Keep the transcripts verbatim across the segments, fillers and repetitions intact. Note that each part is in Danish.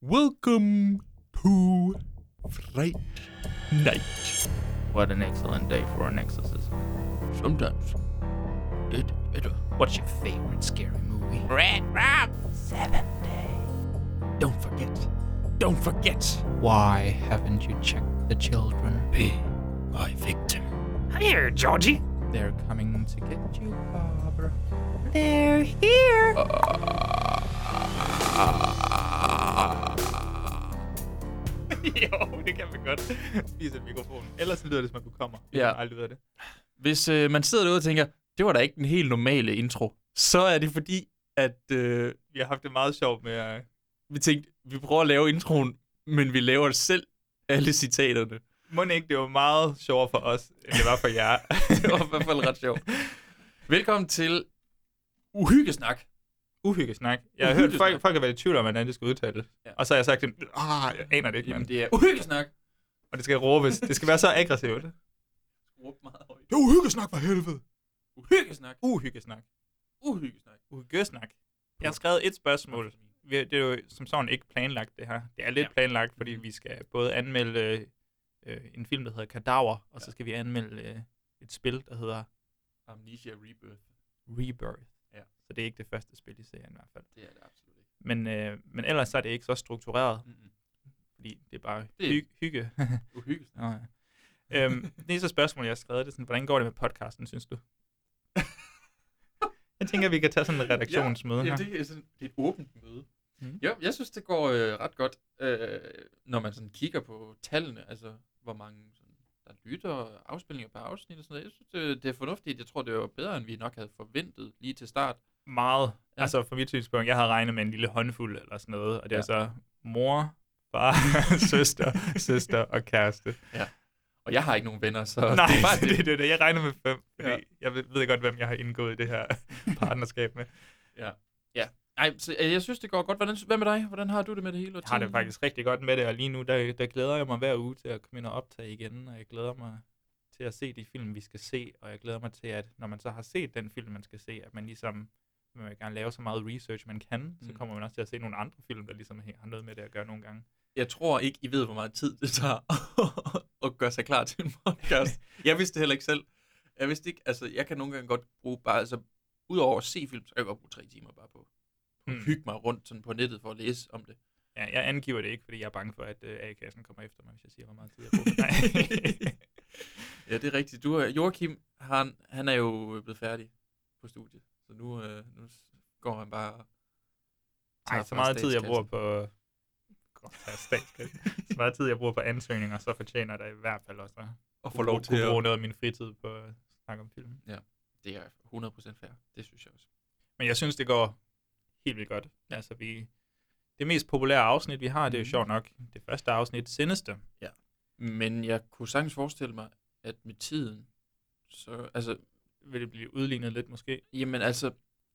Welcome to Fright Night. What an excellent day for an exorcism. Sometimes it it What's your favorite scary movie? Red Rob Seventh Day. Don't forget. Don't forget. Why haven't you checked the children? Be my victim. Here, Georgie. They're coming to get you, Barbara. They're here. Jo, det kan man godt. Spise mikrofonen. Ellers lyder det, som at du kommer. Jeg Ja. har aldrig ved det. Hvis øh, man sidder derude og tænker, det var da ikke den helt normale intro, så er det fordi, at øh, Vi har haft det meget sjovt med at... vi tænkte, vi prøver at lave introen, men vi laver det selv, alle citaterne. Må ikke, det var meget sjovere for os, end det var for jer. Det var i hvert fald ret sjovt. Velkommen til Uhyggesnak. Uhyggesnak. Jeg har hørt, Uhyggesnak. folk, folk har været i tvivl om, hvordan det skal udtales. Ja. Og så har jeg sagt til dem, ah, jeg aner det ikke, Jamen, mand. det er Uhyggesnak. Og det skal råbes. Det skal være så aggressivt. Det Råb meget højt. er uhyggesnak for helvede. Uhyggesnak. Uhyggesnak. Uhyggesnak. Uhyggesnak. Jeg har skrevet et spørgsmål. Vi- Det er jo som sådan ikke planlagt, det her. Det er lidt Ja. planlagt, fordi vi skal både anmelde øh, øh, en film, der hedder Kadaver, og så Ja. skal vi anmelde øh, et spil, der hedder Amnesia Rebirth. Rebirth. Ja. Så det er ikke det første spil i serien i hvert fald. Det er det absolut ikke. Men, øh, men ellers så er det ikke så struktureret, Mm-mm. fordi det er bare Det- hy- hygge. Uhyggesnak. Nå, ja. øhm, det er så spørgsmål, jeg har skrevet. Det er sådan, hvordan går det med podcasten, synes du? Jeg tænker, vi kan tage sådan en redaktionsmøde Ja, her. det er, sådan, det er et åbent møde. Mm. Ja, jeg synes, det går øh, ret godt, øh, når man sådan kigger på tallene, altså hvor mange sådan, der lytter og afspilninger per afsnit og sådan noget. Jeg synes, det, det er fornuftigt. Jeg tror, det var bedre, end vi nok havde forventet lige til start. Meget. Ja. Ja. Altså fra mit synspunkt, jeg havde regnet med en lille håndfuld eller sådan noget, og det er Ja. så mor, far, søster, søster og kæreste. Og jeg har ikke nogen venner, så Nej, det er bare det, det, det, det. Jeg regner med fem, fordi Ja. ja. jeg ved, ved godt, hvem jeg har indgået i det her partnerskab med. Ja. Ja. Ej, så øh, jeg synes, det går godt. Hvordan, hvad med dig? Hvordan har du det med det hele? Jeg har det faktisk rigtig godt med det, og lige nu, der, der glæder jeg mig hver uge til at komme ind og optage igen, og jeg glæder mig til at se de film, vi skal se, og jeg glæder mig til, at når man så har set den film, man skal se, at man ligesom man vil gerne lave så meget research, man kan, mm. så Mm. kommer man også til at se nogle andre film, der ligesom har noget med det at gøre nogle gange. Jeg tror ikke, I ved, hvor meget tid det tager at gøre sig klar til en podcast. Jeg vidste det heller ikke selv. Jeg vidste ikke, altså jeg kan nogle gange godt bruge bare, altså udover at se film, så kan jeg godt bruge tre timer bare på, på at Mm. hygge mig rundt sådan på nettet for at læse om det. Ja, jeg angiver det ikke, fordi jeg er bange for, at uh, A-kassen kommer efter mig, hvis jeg siger, hvor meget tid jeg bruger. Nej. Ja, det er rigtigt. Du, er- Joachim, han, han er jo blevet færdig på studiet, så nu, øh, nu s- går han bare og tager Ej, så fra meget tid, jeg statskassen. bruger på... Godt, tage statskassen. Så meget tid, jeg bruger på ansøgninger, så fortjener der i hvert fald også at Og få lov til kunne bruge at... noget af min fritid på at snakke om film. Det er hundrede procent fair. Det synes jeg også. Men jeg synes, det går helt vildt godt. Altså, vi... Det mest populære afsnit, vi har, det er jo Mhm. sjovt nok det første afsnit, Sinister. Men jeg kunne sagtens forestille mig, at med tiden, så, altså, Vil det blive udlignet lidt måske? jamen altså,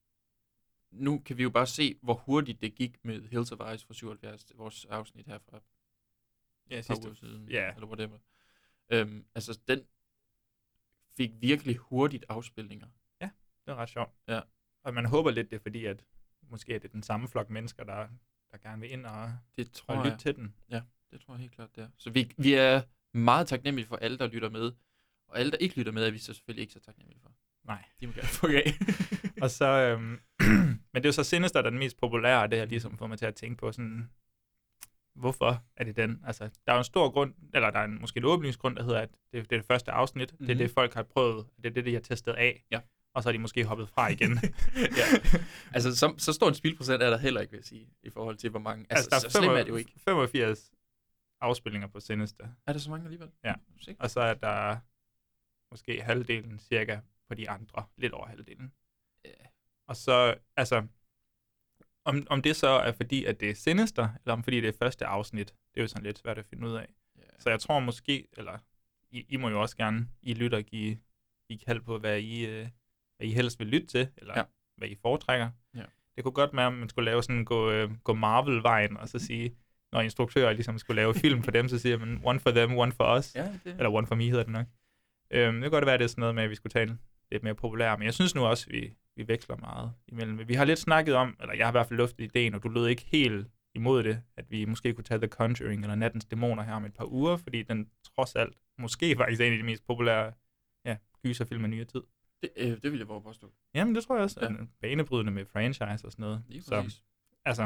nu kan vi jo bare se, hvor hurtigt det gik med Hills of Ice fra syvoghalvfjerds, vores afsnit her fra Ja, et par sidste uger siden, ja. eller whatever. Øhm, altså, den fik virkelig hurtigt afspilninger. Det er ret sjovt. Ja. Og man håber lidt, det er fordi, at måske er det den samme flok mennesker, der, der gerne vil ind og, Det tror og jeg, lytte til den. det tror jeg helt klart, det er. Så vi, vi er meget taknemmelige for alle, der lytter med, og alle, der ikke lytter med, er vi så selvfølgelig ikke så taknemmelige for. Nej. De må gerne få af. Og så, øhm, men det er jo så Sinister, der er den mest populære, og det har ligesom fået mig til at tænke på sådan, hvorfor er det den? Altså, der er jo en stor grund, eller der er en, måske en åbningsgrund, der hedder, at det, det er det første afsnit, mm-hmm. det er det, folk har prøvet, det er det, de har testet af, Ja. og så er de måske hoppet fra igen. Ja. Altså, så, så stor en spilprocent er der heller ikke, vil jeg sige, i forhold til, hvor mange... Altså, altså, så slemt er det jo ikke. femogfirs afspilninger på Sinister, Er der så mange alligevel? Ja. Sikkert. og så er der måske halvdelen cirka på de andre, lidt over halvdelen. Ja. Og så, altså, om, om det så er fordi, at det er Sinister, eller om fordi det er første afsnit, det er jo sådan lidt svært at finde ud af. Ja. Så jeg tror måske, eller I, I må jo også gerne, I lytter, give, give kald på, hvad I, øh, hvad I helst vil lytte til, eller Ja. ja. hvad I foretrækker. Ja. Det kunne godt være, at man skulle lave sådan, gå, øh, gå Marvel-vejen, og så sige, når instruktører ligesom skulle lave film for dem, så siger man, one for them, one for us. Ja, det... Eller one for me hedder det nok. Øhm, det kan godt være, at det er sådan noget med, at vi skulle tale lidt mere populære, men jeg synes nu også, at vi, vi veksler meget imellem. Vi har lidt snakket om, eller jeg har i hvert fald luftet ideen, og du lød ikke helt imod det, at vi måske kunne tage The Conjuring eller Nattens Dæmoner her om et par uger, fordi den trods alt måske faktisk er en af de mest populære ja, gyserfilm af nyere tid. Det, øh, det vil jeg bare påstå. Jamen, det tror jeg også. Ja. Ja. Banebrydende med franchise og sådan noget. Lige Så, præcis. altså,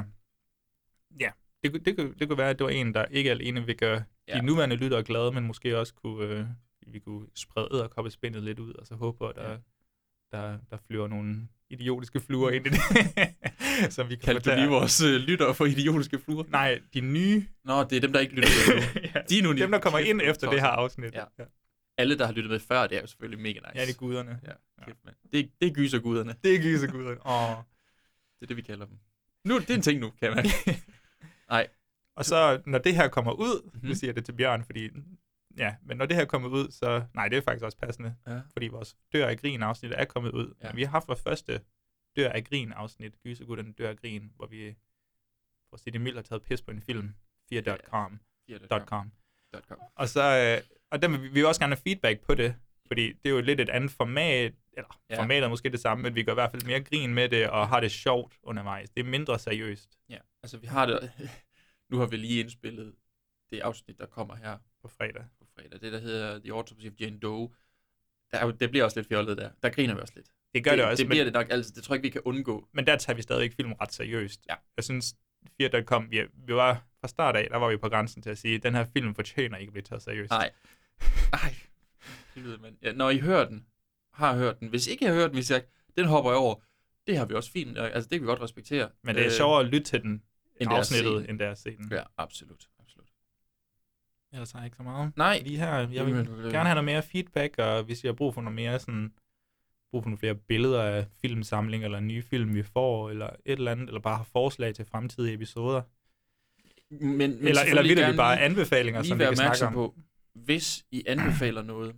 ja, det, kunne- det, kunne, det kunne være, at det var en, der ikke alene vil gøre Ja. de nuværende lyttere glade, men måske også kunne, øh, vi kunne sprede edderkoppespændet lidt ud, og så håbe på, at der, Ja. der, der flyver nogle idiotiske fluer ind i det, som vi kan Kaldte du lige vores øh, lyttere for idiotiske fluer? Nej, de nye. Nå, det er dem, der ikke lytter med nu. ja, De er nu dem, der kommer ind efter det her afsnit. Ja. Alle, der har lyttet med før, det er jo selvfølgelig mega nice. Ja, det er guderne. Ja, kæft, mand. Det, det er gyserguderne. Det er gyserguderne. Åh. Det er det, vi kalder dem. Nu, det er en ting nu, kan jeg mærke. Nej. Og så, når det her kommer ud, Mhm. mm-hmm. nu siger jeg det til Bjørn, fordi, ja, men når det her kommer ud, så, nej, det er faktisk også passende, Ja. fordi vores Dør af Grin afsnit er kommet ud. Ja. Men vi har haft vores første Dør af Grin afsnit, Gysergutterne Dør af Grin, hvor vi, for at sige det mildt, har taget pis på en film, fire punktum com. .com. .com. Og så, øh, og der vil vi, vi vil også gerne have feedback på det, fordi det er jo lidt et andet format, eller Ja. ja. formatet er måske det samme, men vi gør i hvert fald mere grin med det, og har det sjovt undervejs. Det er mindre seriøst Ja, altså vi har det... Nu har vi lige indspillet det afsnit, der kommer her på fredag. på fredag. Det, der hedder The Autopsy of Jane Doe. Der er jo, det bliver også lidt fjollet der. Der griner vi også lidt. Det gør det, det også, Det bliver men, det nok altid. Det tror jeg ikke, vi kan undgå. men der tager vi stadig film ret seriøst. Ja. Jeg synes, fire punktum com, vi, vi var fra start af, der var vi på grænsen til at sige, at den her film fortjener ikke at blive taget seriøst. Nej. Ej. Helvede, mand. Ja, når I hører den, har hørt den. Hvis ikke I har hørt den, hvis jeg den hopper jeg over. Det har vi også fint. Altså, det kan vi godt respektere. Men det er Øh, sjovere at lytte til den end det er at afsnittet, se den. end det er at se den. Ja, absolut. absolut. Ellers har jeg ikke så meget. Nej. Lige her, jeg vil Jamen, øh, gerne have noget mere feedback, og hvis jeg har brug for noget mere sådan, brug for nogle flere billeder af filmsamling, eller nye film, vi får, eller et eller andet, eller bare har forslag til fremtidige episoder. Men, men Eller, eller selvfølgelig vil det gerne bare lige- anbefalinger, lige som vi være kan snakke opmærksom om? på, hvis I anbefaler noget,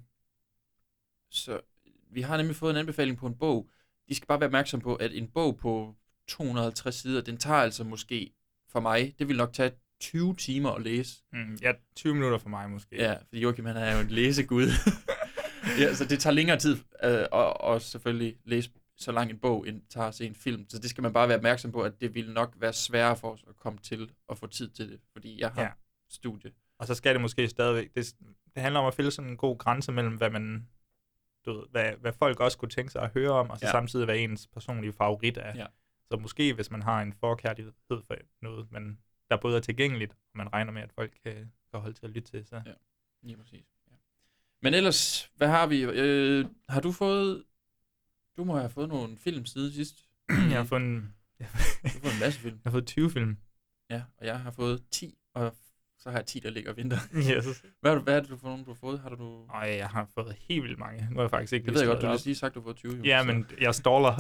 så vi har nemlig fået en anbefaling på en bog. De skal bare være opmærksom på, at en bog på to hundrede og halvtreds sider, den tager altså måske for mig, det vil nok tage tyve timer at læse. Mm, ja, tyve minutter for mig måske. Ja, fordi Joachim han er jo en læsegud. Ja, så det tager længere tid øh, og, og selvfølgelig læse så lang en bog, end tager at se en film. Så det skal man bare være opmærksom på, at det vil nok være sværere for os at komme til at få tid til det, fordi jeg har Ja. studie. Og så skal det måske stadigvæk, det, det handler om at finde sådan en god grænse mellem, hvad man, du ved, hvad, hvad folk også kunne tænke sig at høre om, og så Ja. ja. samtidig hvad ens personlige favorit er. Ja. Så måske, hvis man har en forkærlighed for noget, men der både er tilgængeligt, og man regner med, at folk kan, kan holde til at lytte til, så... Ja. Lige præcis. Ja. Men ellers, hvad har vi? Øh, har du fået... Du må have fået nogle film siden sidst. Jeg har fået en, Du har fået en masse film. jeg har fået tyve film. Ja, og jeg har fået ti, og så har jeg ti, der ligger og venter. Yes. Hvad, er det- hvad er det du for nogen, du har fået? Har du... Og jeg har fået helt vildt mange. Nu har jeg faktisk ikke Jeg ved lige godt, du skrevet har det lige sagt, du har fået tyve. op. Jo, Ja, så- men jeg staller.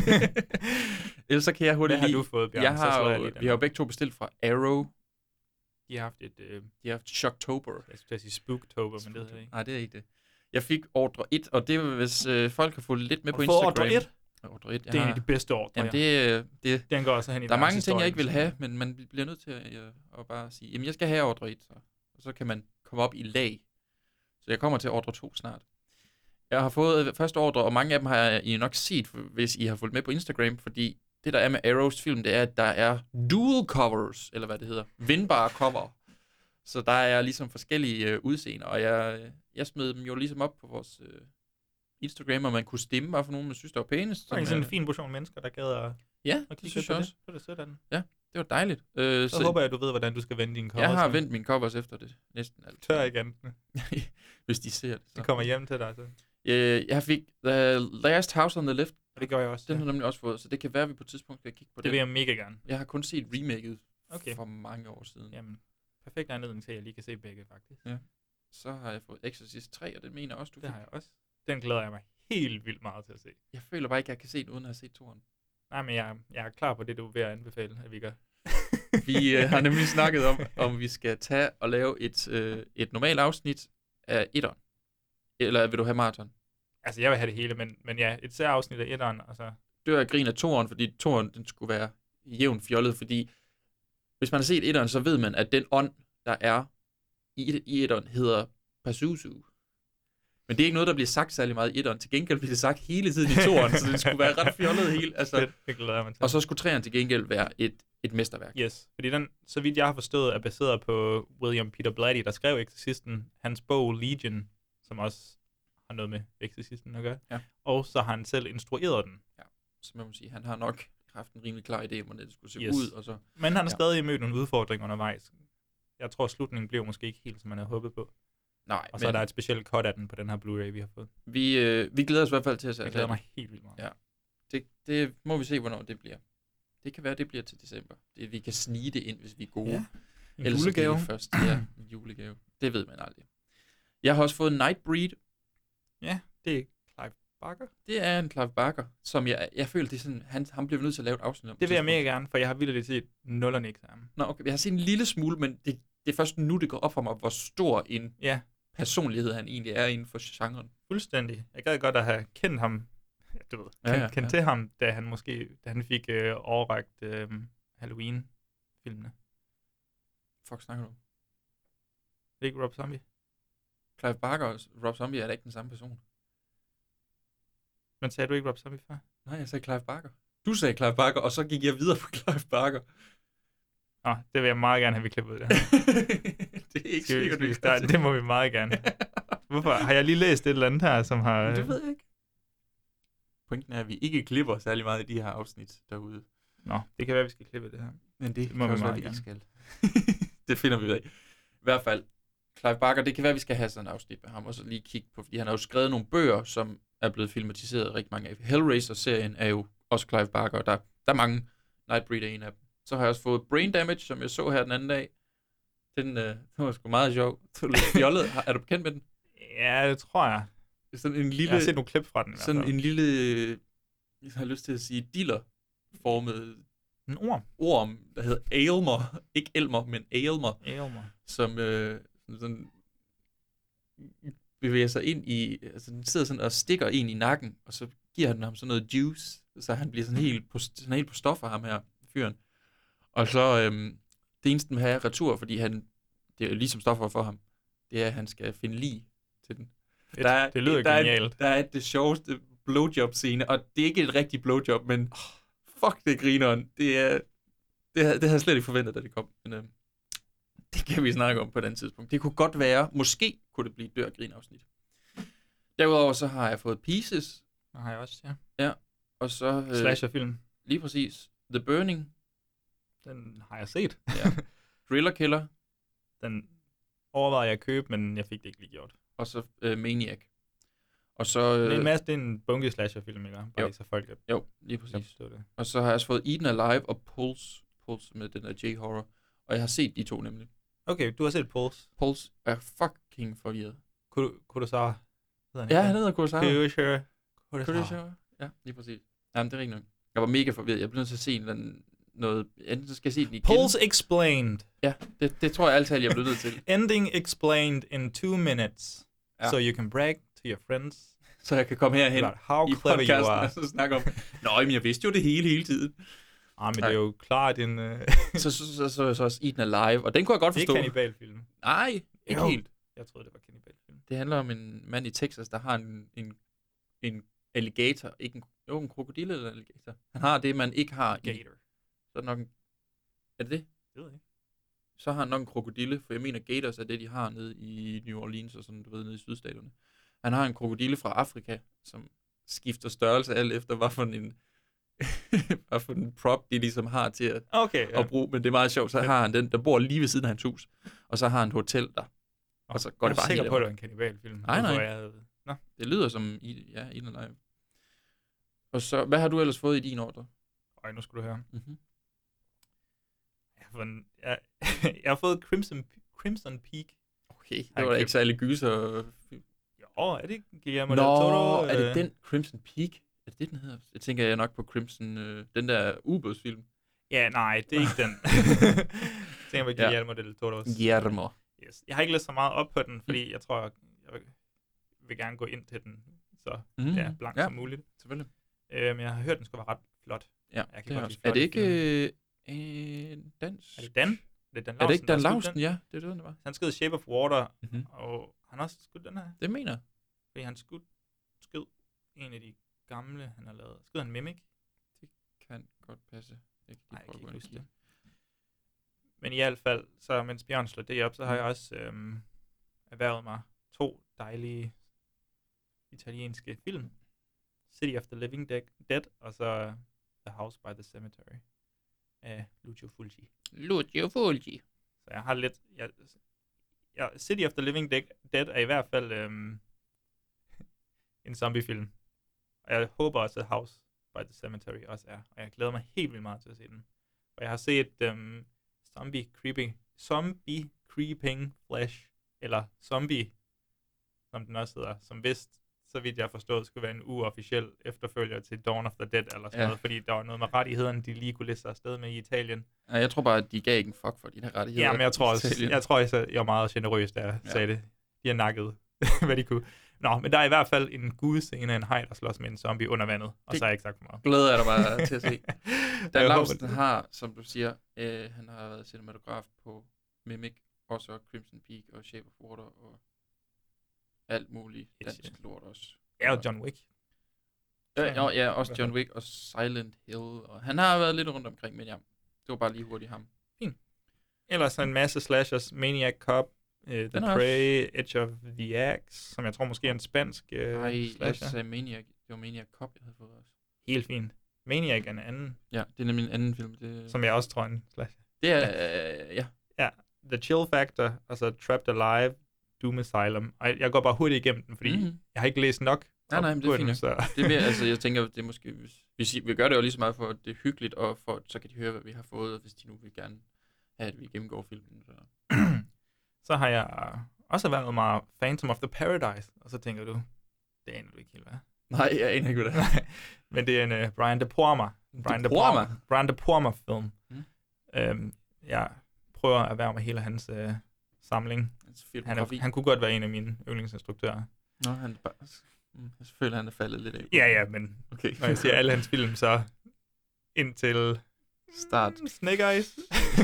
Ellers så kan jeg Hvad hurtigt har lige... du fået, Bjørn? Jeg Så har slår jo, lige den vi har jo op. begge to bestilt fra Arrow. De har haft et, øh, De har haft Shocktober. jeg skulle til at sige Spooktober, men det hedder det ikke. Nej, det er ikke det. Jeg fik ordre et, og det er, hvis øh, folk har fulgt lidt med Har på du fået Instagram. ordre et? Ordre et, jeg Det er en har... af de bedste ordre, Jamen, ja. det, øh, det, Den går også hen i der er mange ting, verdenshistorien, jeg ikke vil så- have, men man bliver nødt til at, øh, at bare sige, jamen jeg skal have ordre et, så. Og så kan man komme op i lag. Så jeg kommer til ordre to snart. Jeg har fået øh, første ordre, og mange af dem har I nok set, hvis I har fulgt med på Instagram, fordi det der er med Arrows film, det er, at der er dual covers, eller hvad det hedder, vindbare cover. Så der er ligesom forskellige øh, udseender, og jeg, jeg smed dem jo ligesom op på vores øh, Instagram, og man kunne stemme, hvad for nogen man synes, der var pænest. Der er sådan en øh, fin portion mennesker, der gad at, Ja, at det kigge synes lidt på jeg det. også. Det er da sødt af den. Det var dejligt. Øh, Så, så håber jeg, at du ved, hvordan du skal vende dine covers. jeg har nu. vendt mine covers efter det, næsten alt. Tør ikke andet. Hvis de ser det. Så. Det kommer hjem til dig, så. Øh, jeg fik The Last House on the Left. Og det gør jeg også. Den Ja. har jeg nemlig også fået, så det kan være, at vi på et tidspunkt skal kigge på Det den. vil jeg mega gerne. Jeg har kun set remaket Okay. for mange år siden. Jamen, perfekt anledning til, at jeg lige kan se begge, faktisk. Ja. Så har jeg fået Exorcist tre, og den mener jeg også, du Det fik. har jeg også. Den glæder jeg mig helt vildt meget til at se. Jeg føler bare ikke, at jeg kan se den, uden at have set toren. Nej, men jeg, jeg er klar på det, du er ved at anbefale, at vi gør. Vi øh, har nemlig snakket om, om vi skal tage og lave et, øh, et normalt afsnit af etteren. Eller vil du have maraton? Altså, jeg vil have det hele, men, men ja, et særafsnit af etteren, altså... Dør jeg grin af toren, fordi toren den skulle være jævn fjollet, fordi hvis man har set etteren, så ved man, at den ånd, der er i, i etteren, hedder Pazuzu. Men det er ikke noget, der bliver sagt særlig meget i etteren. Til gengæld bliver det sagt hele tiden i toeren, så det skulle være ret fjollet hele. Altså, Fedt, det glæder jeg mig til. og så skulle treeren til gengæld være et, et mesterværk. Yes, fordi den, så vidt jeg har forstået, er baseret på William Peter Blatty, der skrev Exorcisten, hans bog Legion, som også har noget med Exorcisten at gøre. Ja. Og så har han selv instrueret den. Ja, så man må sige, han har nok haft en rimelig klar idé om, hvordan det skulle se Yes. ud. Og så, Men han har ja. stadig mødt nogle udfordringer undervejs. Jeg tror, slutningen blev måske ikke helt, som man havde håbet på. nej, Og så men er der et specielt cut af den på den her Blu-ray, vi har fået. vi, øh, vi glæder os i hvert fald til at se Jeg glæder mig helt vildt meget. Ja. Det, det må vi se, hvornår det bliver. Det kan være, det bliver til december. Det, vi kan snige det ind, hvis vi er gode. Ja. En Ellers så bliver julegave. det først. Ja, en julegave. Det ved man aldrig. Jeg har også fået Nightbreed. Ja, det er Clive Barker. Det er en Clive Barker, som jeg, jeg føler, det er sådan, han, han bliver nødt til at lave et afsnit om. Det vil jeg mega gerne, for jeg har vildt set nul og niks af ham. Nå, okay. Jeg har set en lille smule, men det, det er først nu, det går op for mig, hvor stor en Ja, personlighed han egentlig er inden for genren. fuldstændig. Jeg gad godt at have kendt ham, ja, du ved, Ja, kendt, ja, kendt ja. til ham, da han måske, da han fik øh, overrakt øh, Halloween-filmene. Fuck, snakker du om? Det er ikke Rob Zombie. Clive Barker og Rob Zombie er da ikke den samme person. Men sagde du ikke Rob Zombie før? Nej, jeg sagde Clive Barker. Du sagde Clive Barker, og så gik jeg videre på Clive Barker. Nå, det vil jeg meget gerne have, vi klippet ud det her. Det er ikke Skal vi, sikkert, skal vi vi starte? kan Det må vi meget gerne. Hvorfor? Har jeg lige læst et eller andet her, som har... det ved jeg ikke. Pointen er, at vi ikke klipper særlig meget i de her afsnit derude. Nå, det kan være, vi skal klippe det her. Men det, Det må kan vi også være, meget vi ikke skal. Det finder vi ud af. I hvert fald, Clive Barker, det kan være, vi skal have sådan en afsnit med ham, og så lige kigge på, fordi han har jo skrevet nogle bøger, som er blevet filmatiseret rigtig mange af. Hellraiser-serien er jo også Clive Barker, og der, der er mange. Nightbreed er en af dem. Så har jeg også fået Brain Damage, som jeg så her den anden dag. Den, øh, den var sgu meget sjov. Så lidt fjollet. Har- Er du bekendt med den? Ja, det tror jeg. Sådan en lille, Jeg har set nogle klip fra den i hvert sådan fald. en lille, jeg har lyst til at sige, diller-formet En orm. orm, der hedder Aylmer. Ikke Elmer, men Aylmer. Aylmer. Som øh, sådan, sådan bevæger sig ind i, altså den sidder sådan og stikker en i nakken, og så giver han ham sådan noget juice, så han bliver sådan helt på, sådan helt på stoffer, ham her, fyren. Og så, øhm, det eneste, man har retur, fordi han, det er jo ligesom stoffer for ham, det er, at han skal finde lig til den. Der er, det lyder der genialt. Er, der er det sjoveste blowjob-scene, og det er ikke et rigtigt blowjob, men fuck, det er grineren. Det er, det, havde- det havde jeg slet ikke forventet, da det kom. Men, øhm, det kan vi snakke om på et andet tidspunkt. Det kunne godt være, måske kunne det blive et dør grin afsnit. Derudover så har jeg fået Pieces, Det har jeg også, ja. og så øh, Slasherfilm. lige præcis The Burning, Den har jeg set. ja. Driller Killer, Den overvejede jeg at købe, men jeg fik det ikke lige gjort. og så øh, Maniac. Og så, Det er en øh, masse, det er en bunke slasherfilm, ikke? Bare Jo. ikke så folk kan jo, lige præcis. forstå det. Og så har jeg også fået Eaten Alive og Pulse, Pulse med den der J-horror. Og jeg har set de to nemlig. Okay, du har set Pulse. Pulse er fucking forvirret. Kunne, du- kunne du så... Ja, han hedder Kurosawa. Kurosawa. Kurosawa. Ja, lige præcis. Jamen, det er rigtigt nok. Jeg var mega forvirret. Jeg blev nødt til at se en eller anden noget... Enten så skal jeg se den igen. Pulse explained. Ja, det, det tror jeg altid, jeg blev nødt til. Ending explained in two minutes. Ja. So you can brag to your friends Så jeg kan komme herhen about how i clever you podcasten are. og så snakke om, Nå, men jeg vidste jo det hele, hele tiden. Ah, men det er jo klart en... Uh... Så så, så, så, så også Eaten Alive, og den kunne jeg godt det er forstå. kannibalfilm. Nej, ikke Jo. helt. Jeg troede, det var kannibalfilm. Det handler om en mand i Texas, der har en, en, en alligator. Ikke en, jo, en krokodille eller en alligator. Han har det, man ikke har i... Gator. Så er, det nok en, er det det? Det ved jeg ikke. Så har han nok en krokodille, for jeg mener, gators er det, de har nede i New Orleans og sådan, du ved, nede i sydstaterne. Han har en krokodille fra Afrika, som skifter størrelse alt efter, hvad for en, hvad for en prop, de ligesom har til at, Okay, ja. at bruge. Men det er meget sjovt. Så har han den, der bor lige ved siden af hans hus, og så har han et hotel der. Og så går jeg det bare er sikker helt på, at det amok. var en kannibalfilm. Nej, nej. Hvorfor Jeg havde... Nå. Det lyder som, i, ja, Eaten Alive. Og så, hvad har du ellers fået i din ordre? Øj, nu skal du høre. Mm-hmm. Jeg har fået, en- jeg, jeg har fået Crimson, Crimson Peak. Okay, det Har var da jeg ikke særlig gyser. Jo, er det ikke Guillermo Nå, del Toro? er det øh? den Crimson Peak? Er det det, den hedder? Jeg tænker jeg nok på Crimson, øh, den der ubådsfilm. Ja, nej, det er ikke den. Jeg tænker på Ja. Guillermo del Toro. Guillermo. Yes. Jeg har ikke læst så meget op på den, fordi jeg tror, jeg, jeg vil gerne gå ind til den så Mm. ja, blank Ja. som muligt. Selvfølgelig. Øh, men jeg har hørt, den skulle være ret flot. Ja, Jeg kan det er, godt også. lide er det flotte ikke øh, en dansk? Er det Dan? Er det Dan Er det ikke Dan der har skudt Lausten? den? Ja, det er det, det var. Han skrev Shape of Water, Mm-hmm. og han har også skudt den her. Det mener jeg. Fordi han skød, skød en af de gamle, han har lavet. Skød han Mimic? Det kan godt passe. Jeg kan Nej, jeg kan ikke huske det. det. Men i hvert fald, så mens Bjørn slår det op, så har jeg også øhm, erhvervet mig to dejlige italienske film. City of the Living Dead, og så The House by the Cemetery af Lucio Fulci. Lucio Fulci. Så jeg har lidt... Jeg, jeg, City of the Living Dead, Dead er i hvert fald øhm, en zombiefilm. Og jeg håber også, at House by the Cemetery også er. Og jeg glæder mig helt vildt meget til at se den. Og jeg har set øhm, Zombie Creeping, Zombie Creeping Flesh, eller Zombie, som den også hedder, som vist, så vidt jeg har forstået, skulle være en uofficiel efterfølger til Dawn of the Dead, eller sådan ja. noget, fordi der var noget med rettighederne, de lige kunne liste afsted med i Italien. Ja, jeg tror bare, at de gav ikke en fuck for de her rettigheder. Ja, men jeg tror også, jeg tror også, jeg var meget generøs, da jeg ja. sagde det. De har nakket, hvad de kunne. Nå, men der er i hvert fald en gudscene af en haj, der slås med en zombie under vandet, og det så har jeg ikke sagt for meget. Glæder jeg dig bare til at se. Dan Laustsen har, som du siger, øh, han har været cinematograf på Mimic, også Crimson Peak og Shape of Water og alt muligt dansk yes, lort også. Ja, og John Wick. Ja, ja, ja, også John Wick og Silent Hill. Og han har været lidt rundt omkring, men ja, det var bare lige hurtigt ham. Fint. Ellers en masse slashers, Maniac Cop, uh, The Prey, også... Edge of the Axe, som jeg tror måske er en spansk uh, Nej, slasher. jeg sagde Maniac. Det var Maniac Cop, jeg havde fået også. Helt fint. Maniac er en anden. Ja, det er nemlig en anden film. Det... Som jeg også tror er en slasher. Det er, øh, ja. Ja, The Chill Factor, altså Trapped Alive, Doom Asylum. Og jeg går bare hurtigt igennem den, fordi mm-hmm. jeg har ikke læst nok. Nej, nej, men det er fint. Så. Det er mere, altså, jeg tænker, det er måske, hvis, vi, vi gør det jo lige så meget for, at det er hyggeligt, og for, så kan de høre, hvad vi har fået, hvis de nu vil gerne have, at vi gennemgår filmen. Så, så har jeg også været mig Phantom of the Paradise, og så tænker du, det aner du ikke helt, hvad? Nej, jeg aner ikke, hvad det er. Men det er en uh, Brian De Palma. Brian De Palma? Brian De Palma film. Mm. Øhm, jeg prøver at erhverve mig hele hans uh, samling. Han, er, han kunne godt være en af mine yndlingsinstruktører. Nå, han er bare... Mm, jeg føler, han er faldet lidt af. Ja, ja, men okay. Når jeg siger alle hans film, så indtil... Start. Snake Eyes.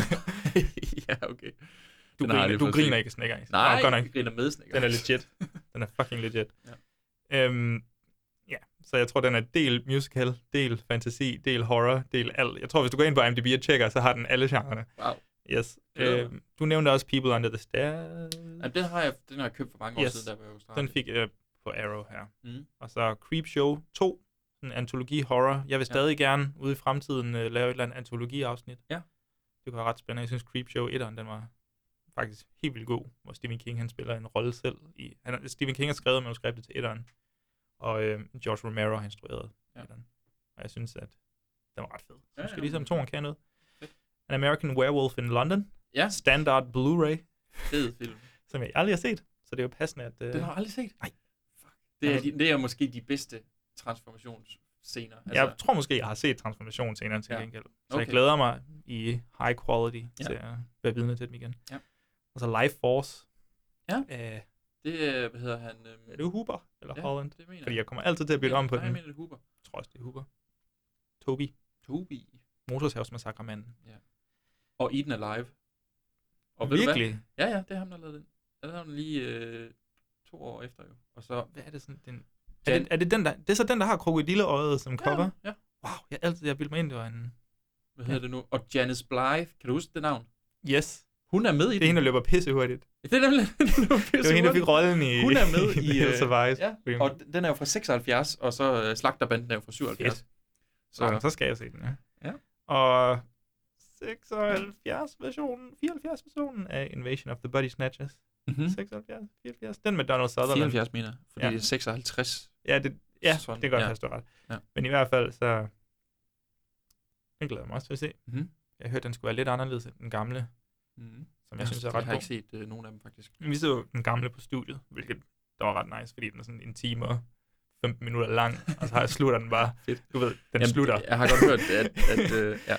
Ja, okay. Du, griner, du griner ikke Snake Eyes. Nej, Nå, jeg griner med Snake Eyes. Den er legit. Den er fucking legit. Ja. Øhm, ja, så jeg tror, den er del musical, del fantasy, del horror, del alt. Jeg tror, hvis du går ind på I M D B og tjekker, så har den alle genrerne. Wow. Yes. Øhm, du nævnte også People Under the Stairs. Ja, den har jeg, den har jeg købt for mange yes. år siden, der var jeg jo startet. Den fik jeg på Arrow her. Mm. Og så Creepshow to, en antologi-horror. Jeg vil stadig ja. gerne ude i fremtiden uh, lave et eller andet antologi-afsnit. Ja. Det kunne være ret spændende. Jeg synes Creepshow etteren, den var faktisk helt vildt god, hvor Stephen King, han spiller en rolle selv. I, han, Stephen King har skrevet manuskriptet til etteren, og øh, George Romero har instrueret ja. etteren. Og jeg synes, at den var ret fed. Så ja, måske ja, ligesom toeren kan noget. An American Werewolf in London. Ja. Standard Blu-ray. Fed film. Som jeg aldrig har set. Så det er jo passende, at... Øh... Den har jeg aldrig set? Nej. Fuck. Det er, de, det er måske de bedste transformationsscener. Altså... Jeg tror måske, jeg har set transformationsscenerne til ja. gengæld. Så okay. jeg glæder mig i high quality ja. til at være vidne til dem igen. Ja. Og så Life Force. Ja. Æh, det hvad hedder han? Øhm... Er det Huber eller ja, Holland? Det mener Fordi jeg kommer altid til at bytte ja, om på nej, den. Nej, jeg mener det Huber. Jeg tror også, det er Huber. Toby. Toby. Motorshavsmassakremanden. Ja. Og Eaten Alive. Og virkelig? Ja, ja, det er ham, der har lavet den. Den har den lige øh, to år efter jo. Og så... Hvad er det sådan? Den... Er, det, er det den, der... Det er så den, der har krokodilleøjet som cover? Ja, ja. Wow, jeg altid jeg bildte mig ind, det var en... Hvad hedder ja. det nu? Og Janice Blythe. Kan du huske det navn? Yes. Hun er med i det. Det er hende, der løber pissehurtigt. Det er nemlig det var hende, der fik rollen i... Hun er med i... i uh, ja, og den er jo fra seksoghalvfjerds, og så uh, Slagterbanden er jo fra syvoghalvfjerds. Fedt. Så, Nå, så skal jeg se den, ja. Ja. Og seksoghalvfjerds versionen, fireoghalvfjerds versionen af Invasion of the Body Snatchers. Mm-hmm. seksoghalvfjerds, fireoghalvfjerds. Den med Donald Sutherland. fireoghalvfjerds mener, fordi ja. det er seksoghalvtreds. Ja, det, ja, det kan godt passe, du ret. Ja. Men i hvert fald, så... Den glæder jeg mig også til at se. Mm-hmm. Jeg hørte, den skulle være lidt anderledes end den gamle. Mm-hmm. Som jeg, jeg synes er ret god. Jeg har ikke set uh, nogen af dem, faktisk. Vi så den gamle på studiet, hvilket der var ret nice, fordi den er sådan en time og femten minutter lang, og så har jeg slutter den bare. Fedt. Du ved, den Jamen, slutter. Jeg har godt hørt, at... at uh, ja.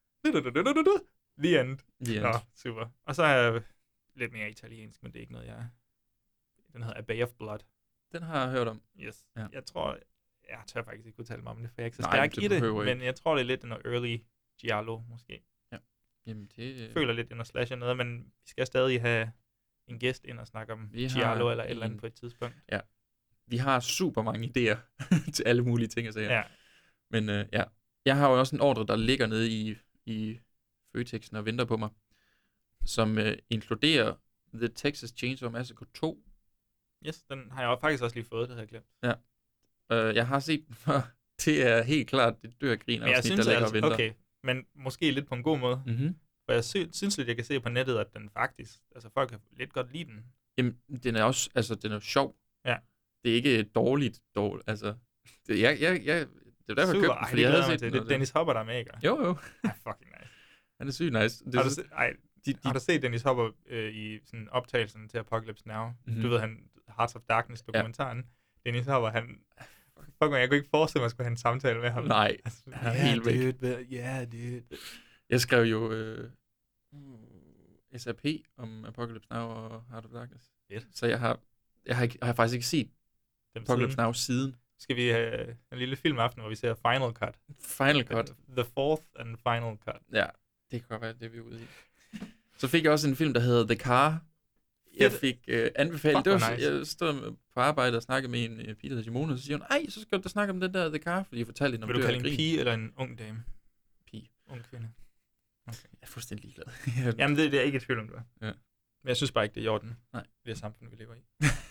The end. The end. Nå, super. Og så er jeg lidt mere italiensk, men det er ikke noget, jeg... Den hedder A Bay of Blood. Den har jeg hørt om. Yes. Ja. Jeg tror... Jeg tør faktisk ikke udtale mig om det, for jeg er ikke så Nej, stærk det i det, ikke. men jeg tror, det er lidt noget early giallo, måske. Ja. Jamen, det... Jeg føler lidt, det er noget slasher noget, men vi skal stadig have en gæst ind og snakke om vi giallo eller et eller andet på et tidspunkt. Ja. vi har super mange idéer til alle mulige ting at sige. Ja. Men øh, ja, jeg har jo også en ordre, der ligger nede i, i Føtexen og venter på mig, som øh, inkluderer The Texas Chainsaw Massacre to. Yes, den har jeg jo faktisk også lige fået, det havde jeg glemt. Ja. Øh, jeg har set den før. Det er helt klart, det dør grin Men jeg afsnit, synes der ligger altså, og venter. okay, men måske lidt på en god måde. Mm-hmm. For jeg sy- synes lidt, jeg kan se på nettet, at den faktisk, altså folk kan lidt godt lide den. Jamen, den er også, altså, den er sjov. Ja. Det er ikke dårligt, dårligt. Altså, det, jeg, jeg, jeg, det er derfor, Super, jeg købte den, ej, fordi det jeg havde glæder mig set til. den. Det er Dennis Hopper, der er med, ikke? Jo, jo. Ej, fucking nice. Han er sygt nice. Det er Har du, så, se, ej, de, de, har du set Dennis Hopper øh, i sådan optagelsen til Apocalypse Now? Mhm. Du ved, han Hearts of Darkness-dokumentaren. Ja. Dennis Hopper, han... Fuck, jeg kunne ikke forestille mig, at jeg skulle have en samtale med ham. nej, Altså, han er helt væk. dude, but, yeah, dude. Jeg skrev jo øh, S A P om Apocalypse Now og Heart of Darkness. Fedt. Så jeg har, jeg har, ikke, jeg har faktisk ikke set Dem Apocalypse siden. Now siden. Skal vi have en lille filmaften, hvor vi ser Final Cut? Final Cut. The fourth and final cut. Ja, det kan godt være, det vi er ude i. Så fik jeg også en film, der hedder The Car. Jeg Fedt. fik øh, anbefalet, Fuck, det var, hvor nice. jeg stod på arbejde og snakkede med en øh, pige, der hedder Simone, og så siger hun, ej, så skal du da snakke om den der The Car, fordi jeg fortalte hende om Vil du dør kalde af en grin. pige eller en ung dame? Pige. Ung kvinde. Okay. Jeg er fuldstændig ligeglad. Jamen, det, det er ikke et tvivl om, du er. Ja. Men jeg synes bare ikke, det er i orden. Nej. Det er samfundet, vi lever i.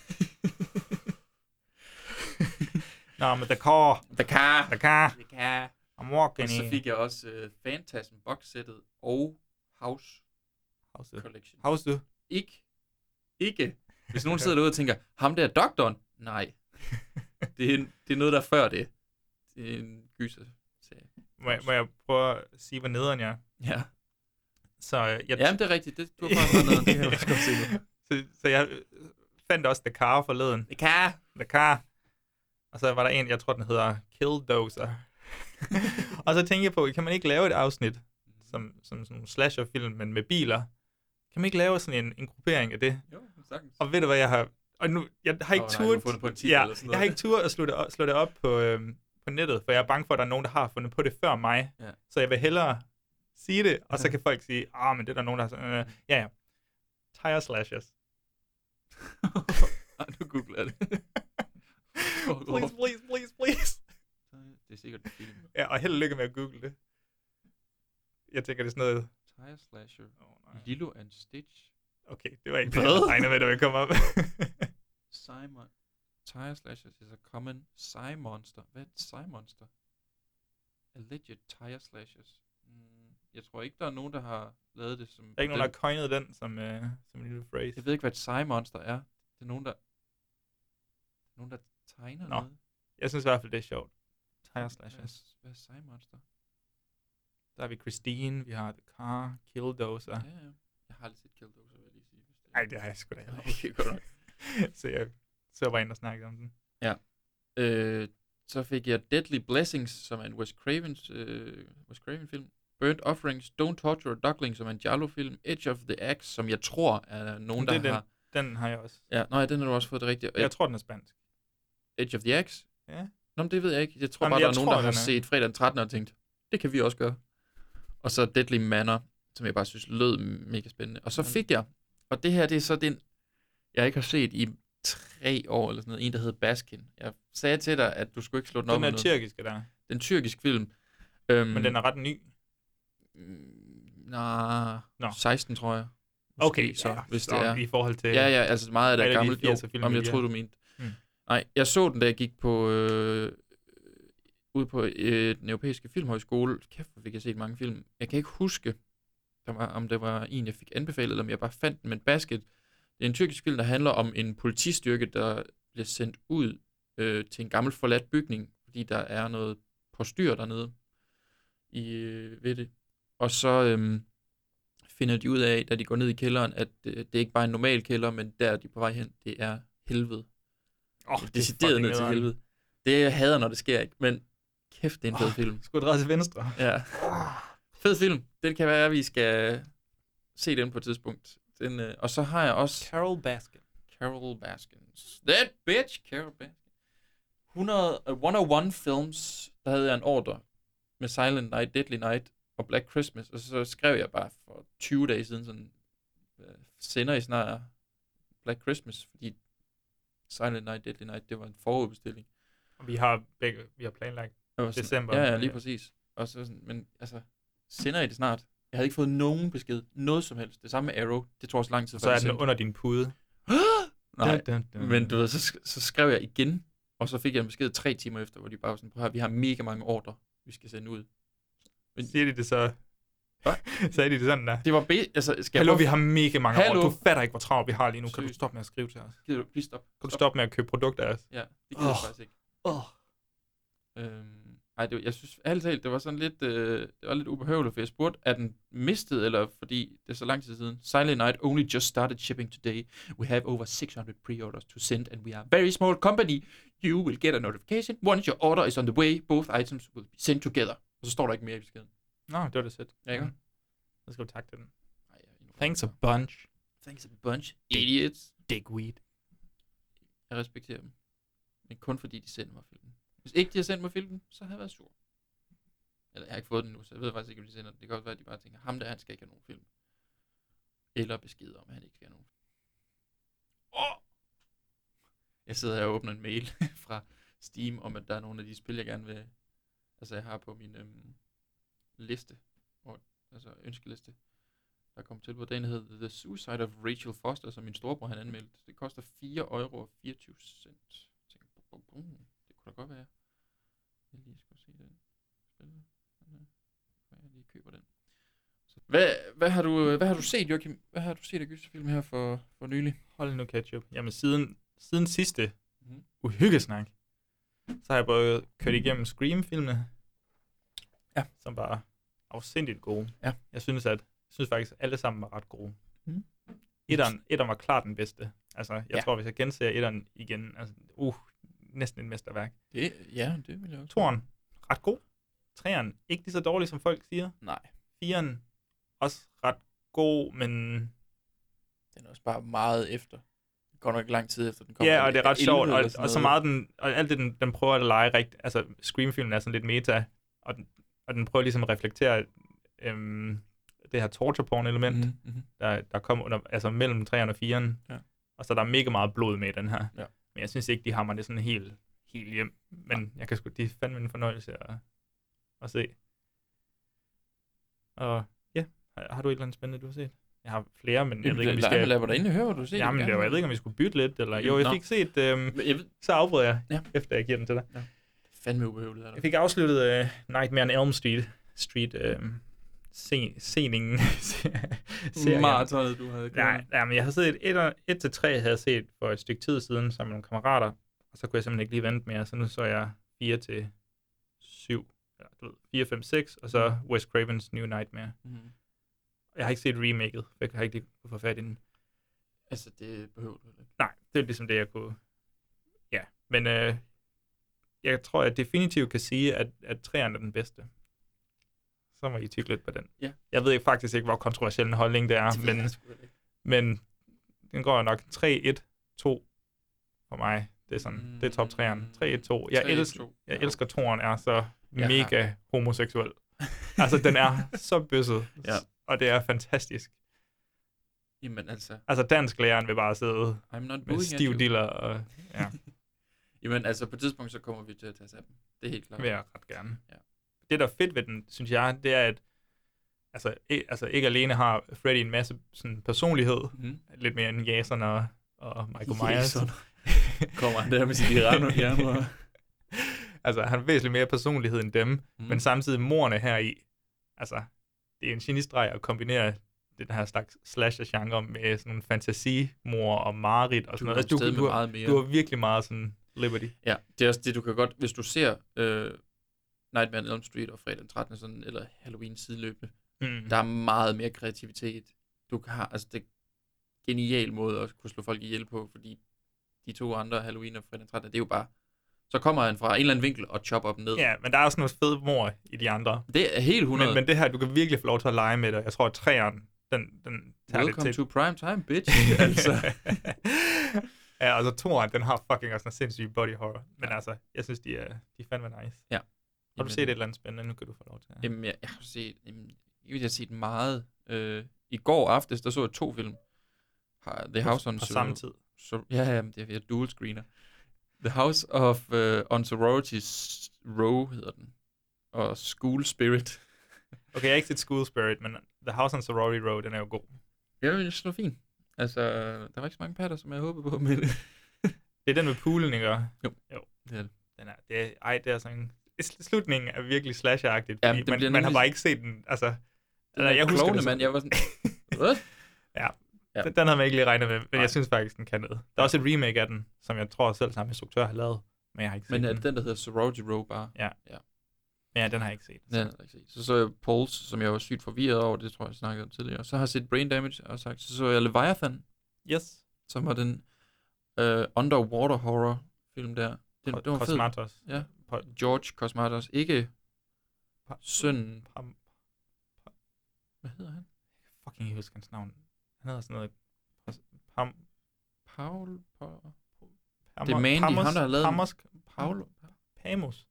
Nå, men The Car. The Car. The Car. The Car. I'm walking Og så in. fik jeg også uh, Phantasm boxsættet og House How's it? Collection. How's it? Ikke. Ikke. Hvis nogen sidder derude og tænker, ham der er doktoren? Nej. Det er, det er noget, der er før det. Det er en gyser. Må jeg, må jeg prøve at sige, hvor nederen jeg er? Ja. Så øh, jeg, Jamen, det er rigtigt. Det, du har faktisk noget, det kan jeg også godt se nu. så, så jeg øh, fandt også The Car forleden. The Car. The Car. Og så var der en, jeg tror, den hedder Killdozer. Og så tænkte jeg på, kan man ikke lave et afsnit, som, som sådan en slasher-film, men med biler? Kan man ikke lave sådan en, en gruppering af det? Jo, sagtens. Og ved du, hvad jeg har... Og nu, jeg har ikke Åh, nej, du har turt... fundet på en titel ja, eller sådan jeg har noget. ikke turt at slå det op, slå det op på, øhm, på nettet, for jeg er bange for, at der er nogen, der har fundet på det før mig. Ja. Så jeg vil hellere sige det, og så Ja. kan folk sige, ah, men det er der nogen, der har... sådan, Øh, ja, ja. Tire slashers. Ej, nu googler jeg det. Please, please, please, please. Det er sikkert en film. Ja, og held og lykke med at google det. Jeg tænker, det er sådan noget... Tire Slasher. Oh, nej. Lilo and Stitch. Okay, det var ikke det, Hvad? jeg regnede med, der ville komme op. Simon. Tire Slashers is a common Psy monster. Hvad er et Psy monster? Alleged Tire Slashers. Mm, jeg tror ikke, der er nogen, der har lavet det som... Der er ikke nogen, der har coined den som, uh, som en lille phrase. Jeg ved ikke, hvad et Psy monster er. Det er nogen, der... Nogen, der tegner Nå. noget. Jeg synes i hvert fald, det er sjovt. Tire Hvad slashers. er, hvad er Psy monster? Der har vi Christine, vi har The Car, Killdozer. Ja, ja. Jeg har aldrig set Killdozer, vil jeg lige sige. hvis det er- Nej, det har jeg sgu da heller ikke. Okay, godt nok. Så jeg så var inde og snakkede om den. Øh, så fik jeg Deadly Blessings, som er en Wes Cravens, øh, Wes Craven film. Burnt Offerings, Don't Torture a Duckling, som er en Giallo-film. Edge of the Axe, som jeg tror er nogen, Det er der den. har... Den har jeg også. Ja, nej, den har du også fået det rigtigt. Jeg tror, den er spansk. Edge of the Axe? Ja. Nå, men det ved jeg ikke. Jeg tror Jamen, bare, jeg der er nogen, tror, der har den er. set fredag den trettende og tænkt, det kan vi også gøre. Og så Deadly Manor, som jeg bare synes lød mega spændende. Og så Jamen. fik jeg, og det her, det er så den, jeg ikke har set i tre år, eller sådan noget, en, der hedder Baskin. Jeg sagde til dig, at du skulle ikke slå den op Den med er noget. tyrkiske der. Den tyrkiske film. Øhm, Men den er ret ny. mm, Nej, Nå. seksten tror jeg. Måske, Okay, så, ja, hvis så det er. i forhold til... Ja, ja, altså meget af det alle er de gammelt. Jo, firser film, om jeg vi troede, har. du mente. Mm. Nej, jeg så den, da jeg gik på... Øh, ud på øh, den europæiske filmhøjskole. Kæft, hvor fik jeg set mange film. Jeg kan ikke huske, der var, om det var en, jeg fik anbefalet, eller om jeg bare fandt den. Men Basket, det er en tyrkisk film, der handler om en politistyrke, der bliver sendt ud øh, til en gammel forladt bygning, fordi der er noget på styr dernede i, øh, ved det. Og så øh, finder de ud af, da de går ned i kælderen, at øh, det er ikke bare en normal kælder, men der de er på vej hen, det er helvede. Oh, Det er decideret ned til helvede. Det jeg hader, når det sker ikke, men kæft, det er en fed Oh. film. Skulle dreje til venstre. Ja. Fed film. Det kan være, at vi skal se den på et tidspunkt. Den, øh, og så har jeg også Carol Baskin. Carol Baskins. That bitch, Carol Baskin. hundrede, uh, et nul et Films, der havde jeg en ordre med Silent Night, Deadly Night og Black Christmas, og så skrev jeg bare for tyve dage siden sådan, uh, sender I snart Black Christmas, fordi Silent Night, Deadly Night, det var en forudbestilling. Og vi har begge, vi har planlagt december. Ja, ja, lige præcis. Og så sådan, men altså, sender I det snart? Jeg havde ikke fået nogen besked, noget som helst. Det samme med Arrow, det tror også lang tid. Så er den under din pude. Nej, dun, dun, dun. Men du ved, så, så skrev jeg igen, og så fik jeg en besked tre timer efter, hvor de bare var sådan, prøv her, vi har mega mange ordre, vi skal sende ud. Men siger de det så? Hvad? Sagde de det sådan der? Det var be- altså, skal Hallo, jeg vi har mega mange Hallo? ordre. Du fatter ikke, hvor travlt vi har lige nu. Kan Sygt. du stoppe med at skrive til os? Gider du, please stop. Kan du stoppe med at købe produkter af os? Ja, det gider Oh. jeg faktisk ikke. Oh. Øhm, ej, det, jeg synes ærligt talt, det var sådan lidt, øh, det var lidt ubehøveligt, for jeg spurgte, er den mistet, eller fordi det er så lang tid siden? Silent Night only just started shipping today. We have over six hundred pre-orders to send, and we are a very small company. You will get a notification once your order is on the way. Both items will be sent together. Og så står der ikke mere i beskeden. Nå, det var det sæt. Ja, ikke? Mm. Så skal du takke den. Ej, jeg, Thanks a bunch. Thanks a bunch. Idiots. Dickweed. Jeg respekterer dem. Men kun fordi de sender mig filmen. Hvis ikke de har sendt mig filmen, så har jeg været sur. Eller jeg har ikke fået den nu, så jeg ved faktisk ikke, om de sender den. Det kan også være, at de bare tænker, ham der, han skal ikke have nogen film. Eller besked om, at han ikke skal have nogen. Oh! Jeg sidder her og åbner en mail fra Steam, om at der er nogle af de spil, jeg gerne vil... Altså, jeg har på min øhm, liste, og, altså ønskeliste, der kom til, hvor den hedder The Suicide of Rachel Foster, som min storebror han anmeldte. Det koster fire euro og fireogtyve cent. Jeg tænkte, bum, bum, bum. Det kunne da godt være. Jeg lige skulle se den. Spil. Jeg lige køber den. Så, hvad, hvad, har du, hvad har du set, Joachim? Hvad har du set af gyserfilm her for, for nylig? Hold nu ketchup. Jamen siden, siden sidste Mm-hmm. uhyggesnak, så har jeg både kørt igennem Scream-filmene, ja, som var afsindigt gode. Ja. Jeg synes, at jeg synes faktisk, at alle sammen var ret gode. Mm. Etteren, etteren var klart den bedste. Altså, jeg ja. tror, hvis jeg genser etteren igen, altså, uh, næsten et mesterværk. Det, ja, det vil jeg også. Toren, ret god. Treeren, ikke lige så dårlig, som folk siger. Nej. Firen, også ret god, men... Den er også bare meget efter. Det går nok lang tid efter, den kommer. Ja, og det er ret sjovt, og, og så meget den... Og alt det, den, den prøver at lege rigtigt. Altså, Scream-filmen er sådan lidt meta, og den, og den prøver ligesom at reflektere øhm, det her torture porn-element, mm-hmm. der, der kom under, altså mellem treeren og firen. Ja. Og så der er mega meget blod med i den her. Ja. Men jeg synes ikke, de hammer det sådan helt, helt hjem. Men ja. jeg kan sgu, de er fandme en fornøjelse at, at se. Og ja, har, har du et eller andet spændende, du har set? Jeg har flere, men jeg ved ikke, om vi skal... Lad mig da endelig høre, hvad du har set. Jamen, det var, jeg ved ikke, om vi skulle bytte lidt, eller... Jo, jeg fik set... Øhm, jeg ved... Så afbryder jeg, ja. efter jeg giver den til dig. Ja. Fandme ubehøveligt. Jeg fik afsluttet uh, Nightmare on Elm Street. Street uh, se, seningen. Maratonet, du havde gjort. Nej, nej, men jeg har set et, et til tre, havde jeg set for et stykke tid siden, sammen med nogle kammerater. Og så kunne jeg simpelthen ikke lige vente mere, så nu så jeg fire til syv. Eller, du ved, fire, fem, seks, og så mm. Wes Cravens New Nightmare. Mm. Jeg har ikke set remaket, for jeg har ikke lige kunne få fat i den. Altså, det behøver du ikke. Nej, det er ligesom det, jeg kunne... Ja, men øh, jeg tror, jeg definitivt kan sige, at, at treeren er den bedste. Så må I tykke lidt på den. Ja. Jeg ved ikke, faktisk ikke, hvor kontroversiel en holdning det er, det men, men den går nok tre et to for mig. Det er sådan, mm, det er top treeren. tre et to. Jeg, elsker, jeg ja. elsker toeren er så jeg mega har... homoseksuel. Altså, den er så bøsset. Ja. Og det er fantastisk. Jamen altså... Altså, dansklæreren vil bare sidde med stiv diller og... Ja. Jamen altså, på et tidspunkt, så kommer vi til at tage sig af dem. Det er helt klart. Det vil jeg ret gerne. Ja. Det, der er fedt ved den, synes jeg, det er, at altså, ikke, altså, ikke alene har Freddy en masse sådan, personlighed, mm-hmm. lidt mere end Jason og, og Michael Myers. Kommer han der med sit irano. Altså, han har væsentligt mere personlighed end dem, mm. men samtidig morerne her i, altså, det er en genistreg at kombinere den her slags slasher-genre med sådan nogle fantasimor og mareridt og sådan noget. Altså, du, du, meget mere. Du har virkelig meget sådan liberty. Ja, det er også det, du kan godt, hvis du ser øh, Nightmare on Elm Street og fredag den trettende sådan, eller Halloween sideløbende, mm. der er meget mere kreativitet. Du kan have, altså det er en genial måde at kunne slå folk ihjel på, fordi de to andre, Halloween og fredag den trettende, det er jo bare, så kommer han fra en eller anden vinkel og chopper dem ned. Ja, men der er også noget fed mor i de andre. Det er helt hundrede. Men, men det her, du kan virkelig få lov til at lege med det. Jeg tror, at træeren, den, den tager Welcome lidt til. to prime time, bitch. altså. Ja, altså toeren, den har fucking også en sindssyg body horror. Men ja. altså, jeg synes, de er, de er fandme nice. Ja. Har jamen, du set et eller andet spændende? Nu kan du få lov til. Ja. Jamen, jeg, jeg har set, jamen, jeg har set meget. Øh, I går aftes, der så jeg to film. The House on Zulu. På samme tid? Så, ja, ja, det er dual screener. The House of uh, on Sororities Row hedder den. Og School Spirit. Okay, jeg har ikke set School Spirit, men The House on Sorority Row, den er jo god. Ja, det er så fint. Altså, der var ikke så mange patter, som jeg håbede på, men... Det er den med poolen, ikke? Jo. Jo. Det er det. Den er, det er, ej, det er sådan en... Slutningen er virkelig slasher-agtigt, Ja, fordi det man, bliver man har nemlig- bare ikke set den, altså... Den Eller, er jeg husker klovne, det som- mand. Jeg var sådan... What? Ja, Ja. Den, den havde man ikke lige regnet med, men Nej. jeg synes faktisk, den kan noget. Der er Ja. også et remake af den, som jeg tror selv samme instruktør har lavet, men jeg har ikke set Men er den. det den, der hedder Sorority Row bare? Ja, den har jeg ikke set. Den har jeg ikke set. Så så jeg Pulse, som jeg var sygt forvirret over, det tror jeg, jeg snakkede om tidligere. Så har jeg set Brain Damage, og sagt, så så jeg Leviathan, Yes. som var den uh, underwater horror film der. Den, den var fed. Cosmatos. Ja. Po- George Cosmatos, ikke Pa- sønnen. Pam, Hvad hedder han? fucking ikke huske hans navn. Han hedder sådan noget... Pam, Paul? Paul? Pam, Det er Mandy, Pamos, ham, der har lavet den. Pamos, Paul? Pamos.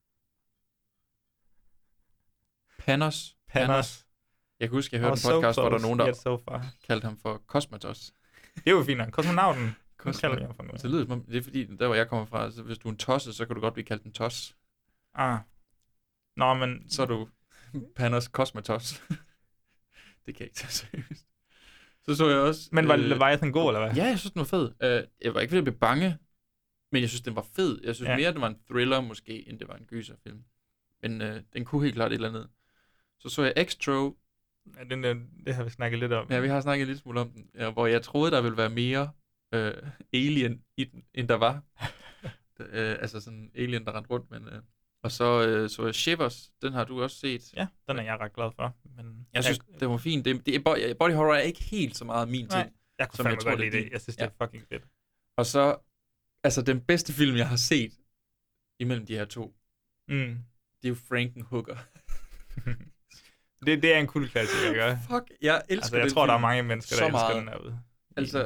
Panos? Panos. Jeg kan huske, jeg I hørte was en podcast, so hvor der er close, nogen, der yet so far. kaldte ham for Cosmatos. Det er jo fint nok. Kosmonauten. Cosmo- Kalder jeg for noget. Så det lyder som om, det er fordi, der hvor jeg kommer fra, så hvis du er en tosse, så kan du godt blive kaldt en tos. Ah. Nå, men... Så er du Panos Cosmatos. Det kan jeg ikke tage seriøst. Så så jeg også... Men var øh, Leviathan god, eller hvad? Ja, jeg synes, den var fed. Uh, jeg var ikke fordi, jeg blev bange, men jeg synes, den var fed. Jeg synes Ja. mere, det var en thriller måske, end det var en gyserfilm. Men uh, den kunne helt klart et eller andet. Så så jeg Extro. Ja, den der, det har vi snakket lidt om. Ja, vi har snakket lidt smule om den. Ja, hvor jeg troede, der ville være mere uh, alien i den, end der var. uh, altså sådan alien, der rendte rundt. Men, uh, og så uh, så jeg Shivers. Den har du også set. Ja, den er jeg ret glad for. Men Jeg synes, det var fint. Det, det er, body, body horror er ikke helt så meget min Nej. ting. jeg kunne som fandme jeg tror, godt det er lide det. din. Jeg synes, Ja. det er fucking fedt. Og så, altså den bedste film, jeg har set imellem de her to, Mm. det er jo Frankenhooker. det, det er en kul klassiker, ikke? Fuck, jeg elsker Altså, jeg den tror, film. der er mange mennesker, der så elsker meget. den herude. Altså,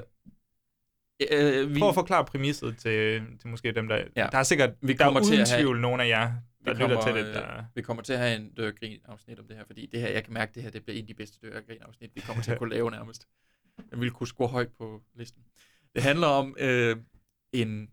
øh, vi, Prøv at forklare præmisset til, til måske dem, der... Ja. Der er sikkert, Vi der er kommer til uden at have- tvivl nogen af jer, vi der lytter kommer, til det, øh, der... vi kommer til at have en dør-grin-afsnit om det her, fordi det her, jeg kan mærke, at det her det bliver en af de bedste dør-grin-afsnit, vi kommer til at kunne lave nærmest. Jeg vil kunne score højt på listen. Det handler om øh, en...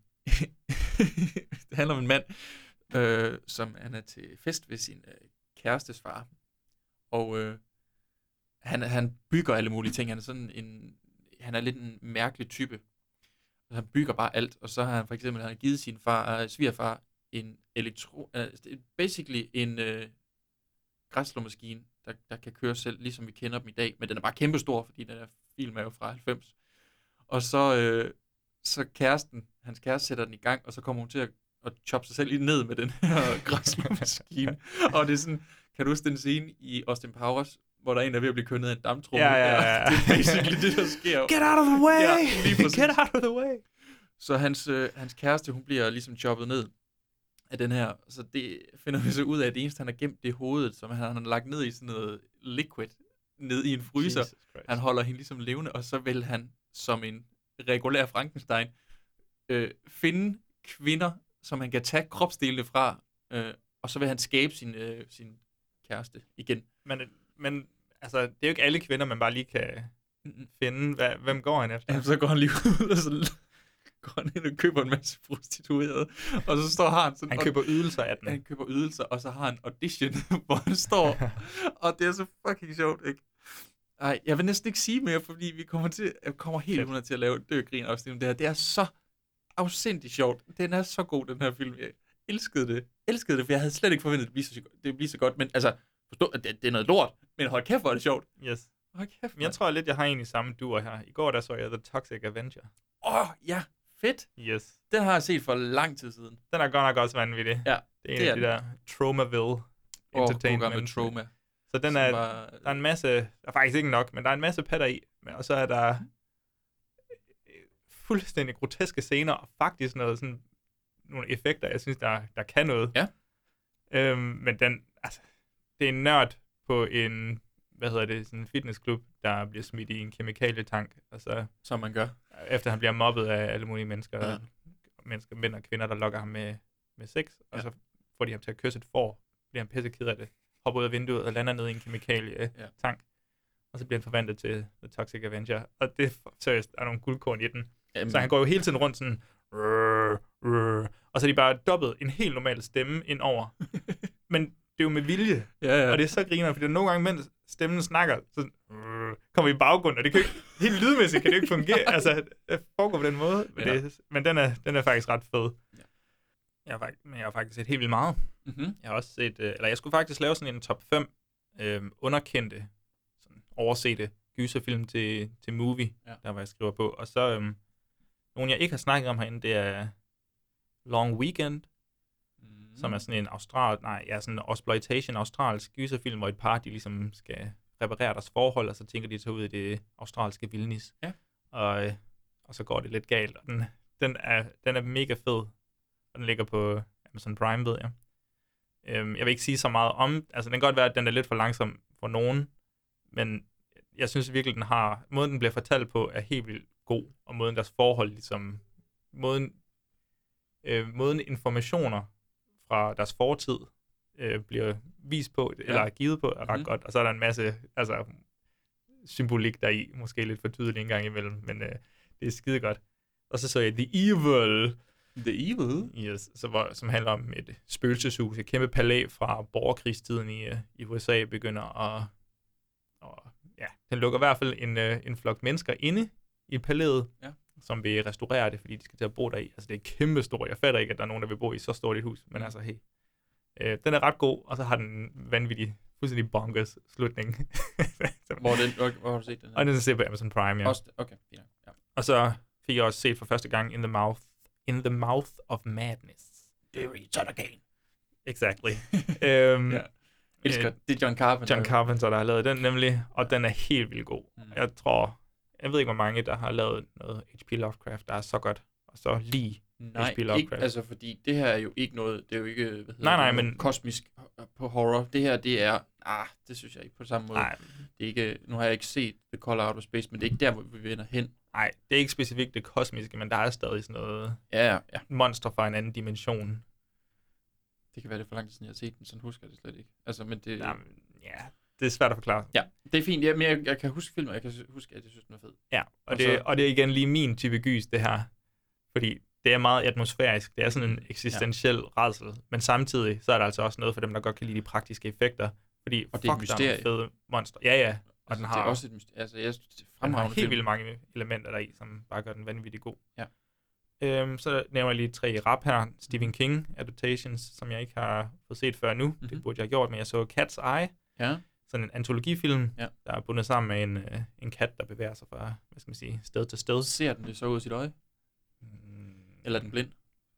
det handler om en mand, øh, som han er til fest ved sin øh, kærestes far. Og øh, han, han bygger alle mulige ting. Han er sådan en... Han er lidt en mærkelig type. Han bygger bare alt. Og så har han for eksempel han har givet sin far, øh, svigerfar en elektro... Øh, basically en øh, græsslåmaskine, der, der kan køre selv, ligesom vi kender dem i dag. Men den er bare kæmpestor, fordi den her film er jo fra halvfems. Og så, øh, så kæresten, hans kæreste sætter den i gang, og så kommer hun til at, at choppe sig selv lige ned med den her græsslåmaskine. Og det er sådan, kan du huske den scene i Austin Powers, hvor der er en, der er ved at blive kørt ned af en damptrumme? Ja, ja, ja. Det er basically det, der sker. Get out of the way! Ja, lige præcis. Get out of the way! Så hans, øh, hans kæreste, hun bliver ligesom choppet ned af den her. Så det finder vi så ud af, at det eneste, han har gemt, det er hovedet, som han har lagt ned i sådan noget liquid, ned i en fryser. Jesus Christ. Han holder hende ligesom levende, og så vil han som en regulær Frankenstein øh, finde kvinder, som han kan tage kropsdelene fra, øh, og så vil han skabe sin, øh, sin kæreste igen. Men, men altså, det er jo ikke alle kvinder, man bare lige kan finde. Hvad, hvem går han efter? Ja, så går han lige ud, og så går han ind og køber en masse prostituerede, og så står han sådan... Han køber ydelser af den. Han køber ydelser, og så har han audition, hvor han står, og det er så fucking sjovt, ikke? Ej, jeg vil næsten ikke sige mere, fordi vi kommer til, jeg kommer helt under til at lave døgrin afsnit om det her. Det er så afsindigt sjovt. Den er så god, den her film. Jeg elskede det. Elskede det, for jeg havde slet ikke forventet, at det ville så, det blive så godt. Men altså, forstå, at det, det er noget lort, men hold kæft, hvor er det sjovt. Yes. Hold kæft, Men jeg tror lidt, jeg har egentlig samme duer her. I går der så jeg The Toxic Avenger. Åh, oh, ja, fedt. Yes. Den har jeg set for lang tid siden. Den er godt nok også vanvittig. Ja, det er en det af er de den. der Traumaville Åh, god Entertainment. gammel trauma. Så den Som er, var- der er en masse, der er faktisk ikke nok, men der er en masse patter i, men- og så er der øh, fuldstændig groteske scener, og faktisk noget sådan, nogle effekter, jeg synes, der, der kan noget. Ja. Øhm, men den, altså, det er en nørd på en, hvad hedder det, sådan en fitnessklub, der bliver smidt i en kemikalietank, og så Som man gør. efter han bliver mobbet af alle mulige mennesker, Ja. ja. mennesker, mænd og kvinder, der lokker ham med, med sex, og Ja. så får de ham til at kysse et får, bliver han pisseked af det, hopper ud af vinduet og lander ned i en kemikalietank, Ja. og så bliver han forvandlet til The Toxic Avenger, og det er seriøst, der er nogle guldkorn i den. Jamen. Så han går jo hele tiden rundt sådan, rrr, rrr, og så er de bare dobbelt en helt normal stemme ind over. Men det er jo med vilje, ja, ja. og det er så griner, fordi nogle gange, mens stemmen snakker, så rrr, kommer vi i baggrund, og det kan jo ikke, helt lydmæssigt kan det jo ikke fungere. Altså, det foregår på den måde, men, Ja. det, men den, er, den er faktisk ret fed. Ja. Jeg har, faktisk, men jeg har faktisk set helt vildt meget. Mm-hmm. Jeg har også set, øh, eller jeg skulle faktisk lave sådan en top fem øh, underkendte, sådan oversete gyserfilm til, til Movie, Ja. der var jeg skriver på. Og så øh, nogle, jeg ikke har snakket om herinde, det er Long Weekend, mm. som er sådan en austral, nej, ja, sådan en exploitation australsk gyserfilm, hvor et par, de ligesom skal reparere deres forhold, og så tænker de så ud i det australske vildnis. Ja. Og, øh, og så går det lidt galt. Og den, den, er, den er mega fed, og den ligger på Amazon Prime, ved jeg. Øhm, jeg vil ikke sige så meget om, altså den kan godt være, at den er lidt for langsom for nogen, men jeg synes virkelig, den har, måden den bliver fortalt på, er helt vildt god, og måden deres forhold, ligesom, måden, øh, måden informationer fra deres fortid øh, bliver vist på, ja. eller givet på, er ret mm-hmm. godt, og så er der en masse, altså, symbolik deri, måske lidt for tydelig en gang imellem, men øh, det er skide godt. Og så så jeg The Evil, The Evil? Yes, så hvor, som handler om et spøgelseshus, et kæmpe palæ fra borgerkrigstiden i, i U S A begynder at, og, ja, den lukker i hvert fald en, en flok mennesker inde i palæet, ja. som vil restaurere det, fordi de skal til at bo der i. Altså det er kæmpe stort. Jeg fatter ikke, at der er nogen, der vil bo i så stort et hus, men mm. altså hey. Øh, den er ret god, og så har den en vanvittig, fuldstændig bonkers slutning. hvor, den, hvor, hvor har du set den her? Og den er set på Amazon Prime, ja. Også, okay, ja. ja. Og så fik jeg også set for første gang In the Mouth In the Mouth of Madness. The Return Again. Exactly. um, ja. Elsker. Øh, det er John Carpenter. John Carpenter, der har lavet den nemlig, og den er helt vildt god. Mm. Jeg tror, jeg ved ikke, hvor mange, der har lavet noget H P Lovecraft, der er så godt, og så lige Nej, H P Lovecraft. ikke, altså fordi det her er jo ikke noget, det er jo ikke, hvad hedder nej, nej, det, men kosmisk på horror. Det her, det er, ah, det synes jeg ikke på samme måde. Nej. Det er ikke, nu har jeg ikke set The Color Out of Space, men det er ikke der, hvor vi vender hen. Nej, det er ikke specifikt det kosmiske, men der er stadig sådan noget ja, ja. monster fra en anden dimension. Det kan være det for lang tid siden, jeg har set den, sådan husker jeg det slet ikke. Altså, men det... Jamen, ja, det er svært at forklare. Ja, det er fint. Ja, men jeg, jeg kan huske filmen, og jeg kan huske, at jeg synes, den er fed. Ja, og, og, det, så... og det er igen lige min type gys, det her. Fordi det er meget atmosfærisk. Det er sådan en eksistentiel ja. rædsel. Men samtidig, så er der altså også noget for dem, der godt kan lide de praktiske effekter. Fordi og det er fuck, der er fede monster. Ja, ja. Og altså, den har, det er også et mysterie. Altså, jeg synes, den har helt vildt mange elementer deri, som bare gør den vanvittigt god. Ja. Øhm, så nævner jeg lige tre rap her. Stephen King adaptations, som jeg ikke har fået set før nu. Mm-hmm. Det burde jeg have gjort, men jeg så Cat's Eye. Ja. Sådan en antologifilm, ja. der er bundet sammen med en, øh, en kat, der bevæger sig fra, hvad skal man sige, sted til sted. Ser den det så ud af sit øje? Mm. Eller er den blind?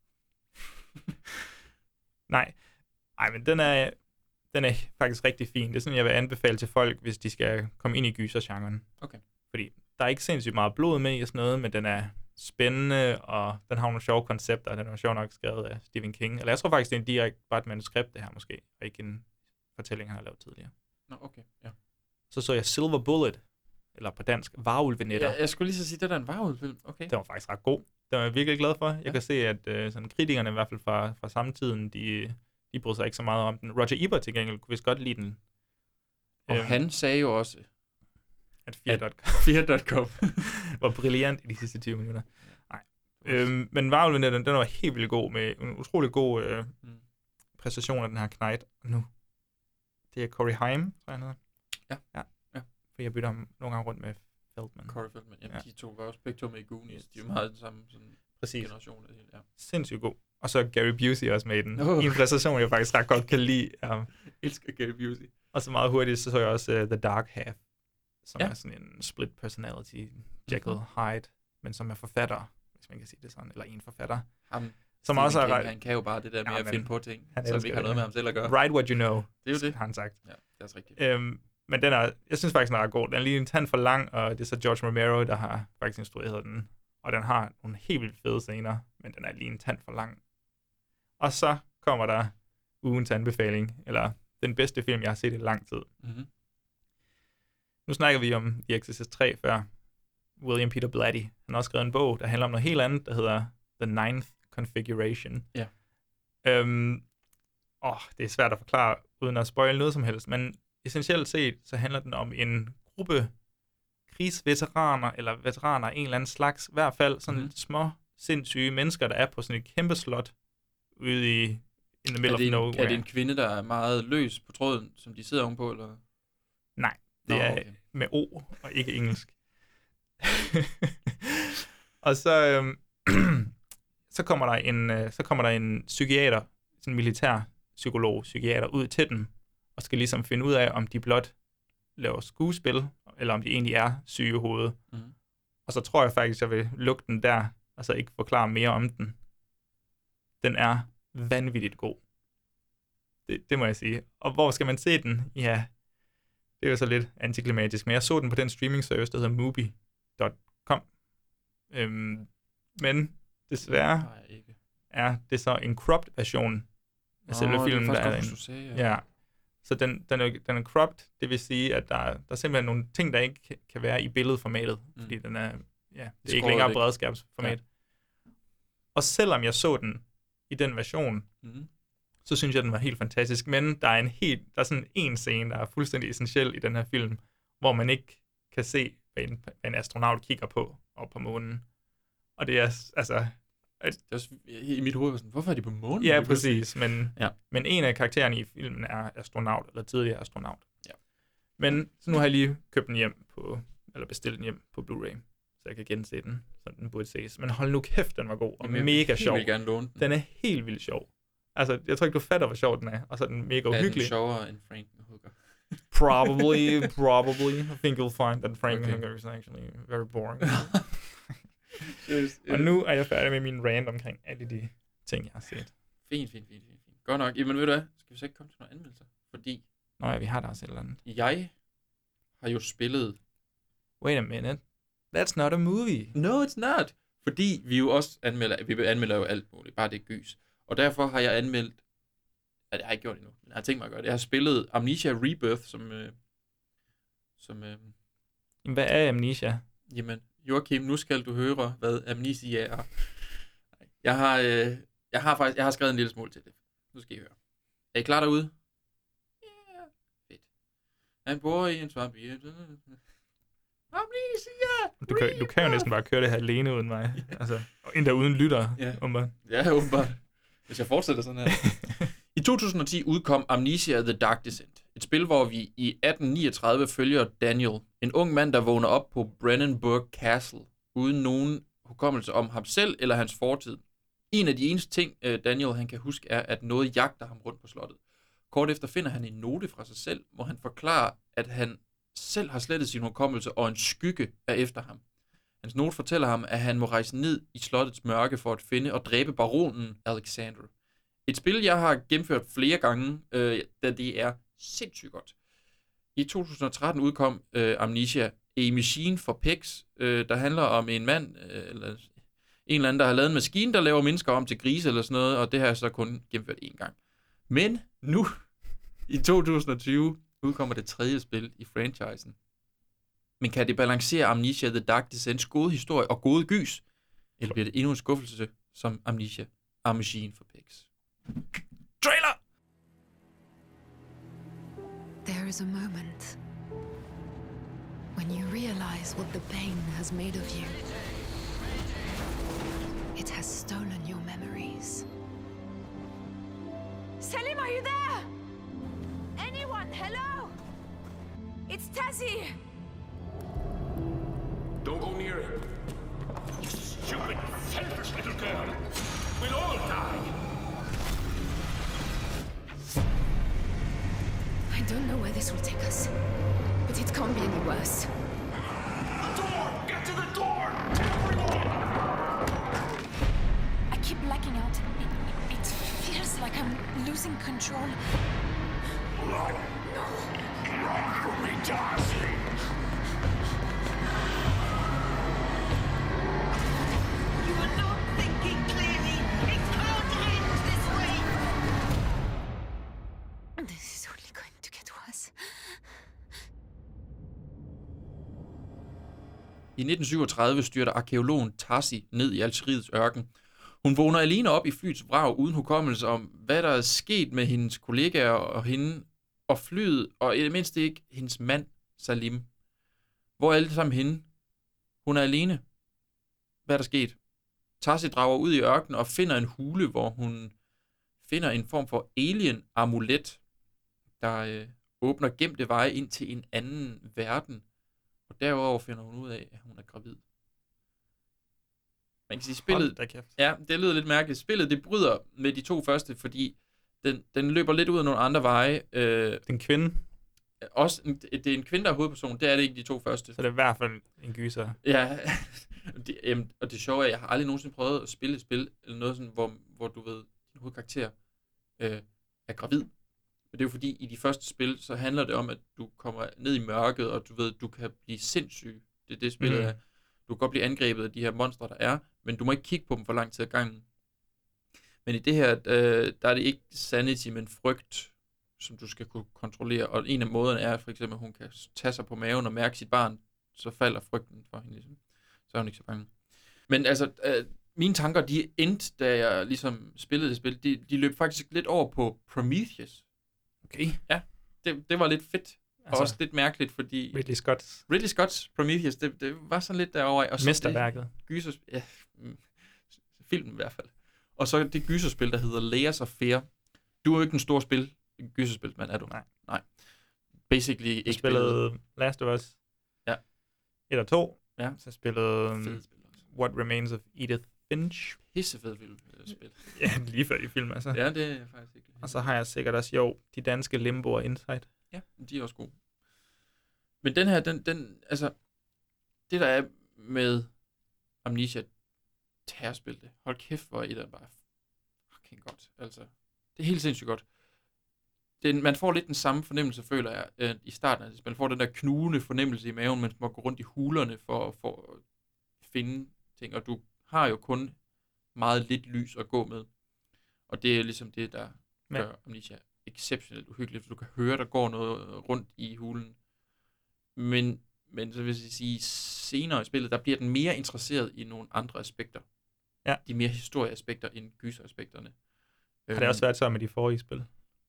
Nej. Nej, men den er, den er faktisk rigtig fin. Det er sådan, jeg vil anbefale til folk, hvis de skal komme ind i gysergenren. Okay. Fordi der er ikke sindssygt meget blod med i og sådan noget, men den er spændende, og den har nogle sjove koncepter, og den er sjov nok skrevet af Stephen King. Eller jeg tror faktisk, det er en direkte bare et manuskript, det her måske, og ikke en fortælling, han har lavet tidligere. Nå, okay, ja. Så så jeg Silver Bullet, eller på dansk, Varulvenetter. Ja, jeg skulle lige så sige, det der er en varulvefilm. Okay. Den var faktisk ret god. Den var jeg virkelig glad for. Jeg ja. kan se, at øh, sådan, kritikerne i hvert fald fra, fra samtiden, de, de brød sig ikke så meget om den. Roger Ebert til gengæld kunne vist godt lide den. Og øhm, han sagde jo også, at fire punktum com var brilliant i de sidste tyve minutter. Nej. Øhm, men Varulvenetter, den var helt vildt god, med en utrolig god øh, mm. præstation af den her Knight. Nu. Det er Corey Haim, tror jeg han hedder. Ja. ja. ja. For jeg bytter ham nogle gange rundt med Feldman. Corey Feldman, jamen ja. De to var også begge to med i Goonies. Yes. De er jo meget den samme sådan præcis. Generation. Ja. Sindssygt god. Og så Gary Busey også med i den. Oh. I en præstation, jeg faktisk ret godt kan lide. Um, elsker Gary Busey. Og så meget hurtigt, så så jeg også uh, The Dark Half, som ja. er sådan en split personality, Jekyll mm-hmm. Hyde, men som er forfatter, hvis man kan sige det sådan, eller en forfatter. Ham, som også er ret... Han kan jo bare det der med ja, at finde på ting, så vi ikke har noget med ham selv at gøre. Write what you know, det er jo det, har han sagt. Ja, det er også rigtigt. Øhm, men den er, jeg synes faktisk, den er ret god. Den er lige en tand for lang, og det er så George Romero, der har faktisk instrueret den. Og den har nogle helt vildt fede scener, men den er lige en tand for lang. Og så kommer der ugens anbefaling, eller den bedste film, jeg har set i lang tid. Mm-hmm. Nu snakker vi om The Exorcist tre før. William Peter Blatty. Han har også skrevet en bog, der handler om noget helt andet, der hedder The Ninth Configuration. Ja. Øhm, åh, det er svært at forklare, uden at spoile noget som helst, men essentielt set, så handler den om en gruppe krigsveteraner, eller veteraner af en eller anden slags, i hvert fald sådan Mhm. mm. små, sindssyge mennesker, der er på sådan et kæmpe slot ude i in the middle Er of det, en, nowhere. er det en kvinde, der er meget løs på tråden, som de sidder ovenpå, eller? Nej, det Nå, er okay. med O og ikke engelsk. Og så, øhm, så kommer der en, øh, så kommer der en psykiater, sådan en militær psykolog, psykiater ud til dem, og skal ligesom finde ud af, om de blot laver skuespil, eller om de egentlig er syge i hovedet. Mm. Og så tror jeg faktisk, jeg vil lukke den der, og så ikke forklare mere om den. Den er vanvittigt god. Det, det må jeg sige. Og hvor skal man se den? Ja, det er jo så lidt antiklimatisk, men jeg så den på den streaming service, der hedder Mubi punktum com. Øhm, men desværre Nej, ikke. er det så en cropped version af selve Nå, filmen, det der er er faktisk en, godt, du sagde, ja. ja. Så den, den, er, den er cropped, det vil sige, at der, der er simpelthen nogle ting, der ikke kan- kan være i billedformatet, Mm. fordi den er, ja, det er skåret ikke længere væk. bredskærmsformat. Ja. Og selvom jeg så den i den version, Mm. så synes jeg, den var helt fantastisk. Men der er en helt, der er sådan en scene, der er fuldstændig essentiel i den her film, hvor man ikke kan se, hvad en, hvad en astronaut kigger på op på månen. Og det er, altså... Det er også, i mit hoved var sådan, hvorfor er de på månen? Ja, lige pludselig? præcis. Men, Ja. men en af karaktererne i filmen er astronaut, eller tidligere astronaut. Ja. Men så nu har jeg lige købt den hjem på, eller bestilt den hjem på Blu-ray, så jeg kan gense den, så den burde ses. Men hold nu kæft, den var god, og Jamen, jeg mega vil sjov. helt gerne låne den. Den er helt vildt sjov. Altså, jeg tror ikke, du fatter, hvor sjov den er, og så er den mega Er den uhyggelig. sjovere end Frank Hooker? Probably, probably. I think you'll find that Frank Okay. Hooker is actually very boring. Seriøst, Og nu er jeg færdig med min rant omkring alle de ting, jeg har set. Fint, fint, fint, fint, fint. Godt nok. Jamen ved du hvad, skal vi så ikke komme til nogle anmeldelser? Fordi Nå ja, vi har der også et eller andet. jeg har jo spillet... Wait a minute. That's not a movie. No, it's not. Fordi vi jo også anmelder, vi anmelder jo alt muligt, bare det er gys. Og derfor har jeg anmeldt, ja, det har jeg ikke gjort endnu, men jeg har tænkt mig at gøre det. Jeg har spillet Amnesia Rebirth, som, øh, som øh, Jamen, hvad er Amnesia? jamen, Joachim, nu skal du høre, hvad Amnesia er. Nej, Jeg har, øh, jeg har faktisk, jeg har skrevet en lille smule til det. Nu skal I høre. Er I klar derude? Ja, yeah. Fedt. Han bor i en svamp i... Amnesia! Du kan, du kan jo næsten bare køre det her alene uden mig. Altså, og endda uden lytter. Ja. Umiddelbart. Ja, åbenbart. Hvis jeg fortsætter sådan her. I to tusind og ti udkom Amnesia The Dark Descent. Et spil, hvor vi i atten niogtredive følger Daniel, en ung mand, der vågner op på Brennenburg Castle, uden nogen hukommelse om ham selv eller hans fortid. En af de eneste ting, Daniel han kan huske, er, at noget jagter ham rundt på slottet. Kort efter finder han en note fra sig selv, hvor han forklarer, at han selv har slettet sin hukommelse, og en skygge er efter ham. Hans note fortæller ham, at han må rejse ned i slottets mørke for at finde og dræbe baronen Alexander. Et spil, jeg har gennemført flere gange, øh, da det er sindssygt godt. I to tusind og tretten udkom øh, Amnesia A Machine for P E X, øh, der handler om en mand, øh, eller en eller anden, der har lavet en maskine, der laver mennesker om til grise eller sådan noget, og det har jeg så kun gennemført én gang. Men nu, i to tusind og tyve, udkommer det tredje spil i franchisen. Men kan det balancere Amnesia The Dark Descents gode historie og gode gys? Eller bliver det endnu en skuffelse som Amnesia A Machine for P E X? Trailer! There is a moment when you realize what the pain has made of you. It has stolen your memories. Selim, are you there? Anyone? Hello? It's Tazzy. Don't go near him. You stupid, selfish little girl. We'll all die. I don't know where this will take us, but it can't be any worse. The door! Get to the door! Everyone! I keep blacking out. It, it feels like I'm losing control. Run! No! Run from me, Darcy! You are not thinking clearly. It can't end this way. This is only going to get worse. I nitten syvogtredive styrter arkæologen Tarsi ned i Algeriets ørken. Hun vågner alene op i flyets vrag uden hukommelse om, hvad der er sket med hendes kollegaer og hende, og flyet, og i det mindste ikke hendes mand, Salim. Hvor er alle sammen henne? Hun er alene. Hvad er der sket? Tassi drager ud i ørkenen og finder en hule, hvor hun finder en form for alien-amulet, der øh, åbner gemte veje ind til en anden verden. Og derover finder hun ud af, at hun er gravid. Man kan sige, spillet... Hold da kæft. Ja, det lyder lidt mærkeligt. Spillet, det bryder med de to første, fordi den, den løber lidt ud af nogle andre veje. Øh, Den kvinde, også, det er en kvinde, der er hovedperson. Det er det ikke de to første. så det er i hvert fald en gyser. Ja, det, jamen, og det sjove er, at jeg har aldrig nogensinde prøvet at spille et spil, eller noget sådan, hvor, hvor du ved, din hovedkarakter øh, er gravid. Men det er jo fordi, i de første spil, så handler det om, at du kommer ned i mørket, og du ved, du kan blive sindssyg. Det er det, spillet Mm. er. Du kan godt blive angrebet af de her monstre, der er, men du må ikke kigge på dem for lang tid ad gangen. Men i det her, øh, der er det ikke sanity, men frygt, som du skal kunne kontrollere. Og en af måderne er, for eksempel, at hun kan tage sig på maven og mærke sit barn, så falder frygten for hende. Ligesom. Så er hun ikke så bange. Men altså, øh, mine tanker, de endte, da jeg ligesom spillede det spil, de, de løb faktisk lidt over på Prometheus. Okay. Ja, det, det var lidt fedt. Og Altså- også lidt mærkeligt, fordi Ridley Scott. Ridley Scott's Prometheus, det, det var sådan lidt derovre. Og så Mesterværket. Det gyser, ja, mm, filmen i hvert fald. Og så det gyserspil, der hedder Layers of Fear. Du er jo ikke en stor spil, gyserspilsmand, er du? Nej. Nej. Basically Jeg ikke spillede Last of Us. Ja. et og to. Ja. Så jeg spillede um, Fed spil også. What Remains of Edith Finch. Pissefed vil øh, spil. Ja, lige før de film, altså. Ja, det er faktisk ikke. Og så har jeg sikkert også, jo, de danske Limbo og Inside. Ja, de er også gode. Men den her, den, den, altså, det der er med Amnesia terrorspil, det, hold kæft, hvor er et bare fucking godt, altså. Det er helt sindssygt godt. Det er, man får lidt den samme fornemmelse, føler jeg, øh, i starten af det spil. Man får den der knugende fornemmelse i maven, mens man går rundt i hulerne for, for at finde ting, og du har jo kun meget lidt lys at gå med. Og det er ligesom det, der Ja. gør Amnesia exceptionelt uhyggeligt, for du kan høre, der går noget rundt i hulen. Men, men så vil jeg sige, senere i spillet, der bliver den mere interesseret i nogle andre aspekter. Ja. De mere historieaspekter end gyseraspekterne. Har det også været så med de forrige spil?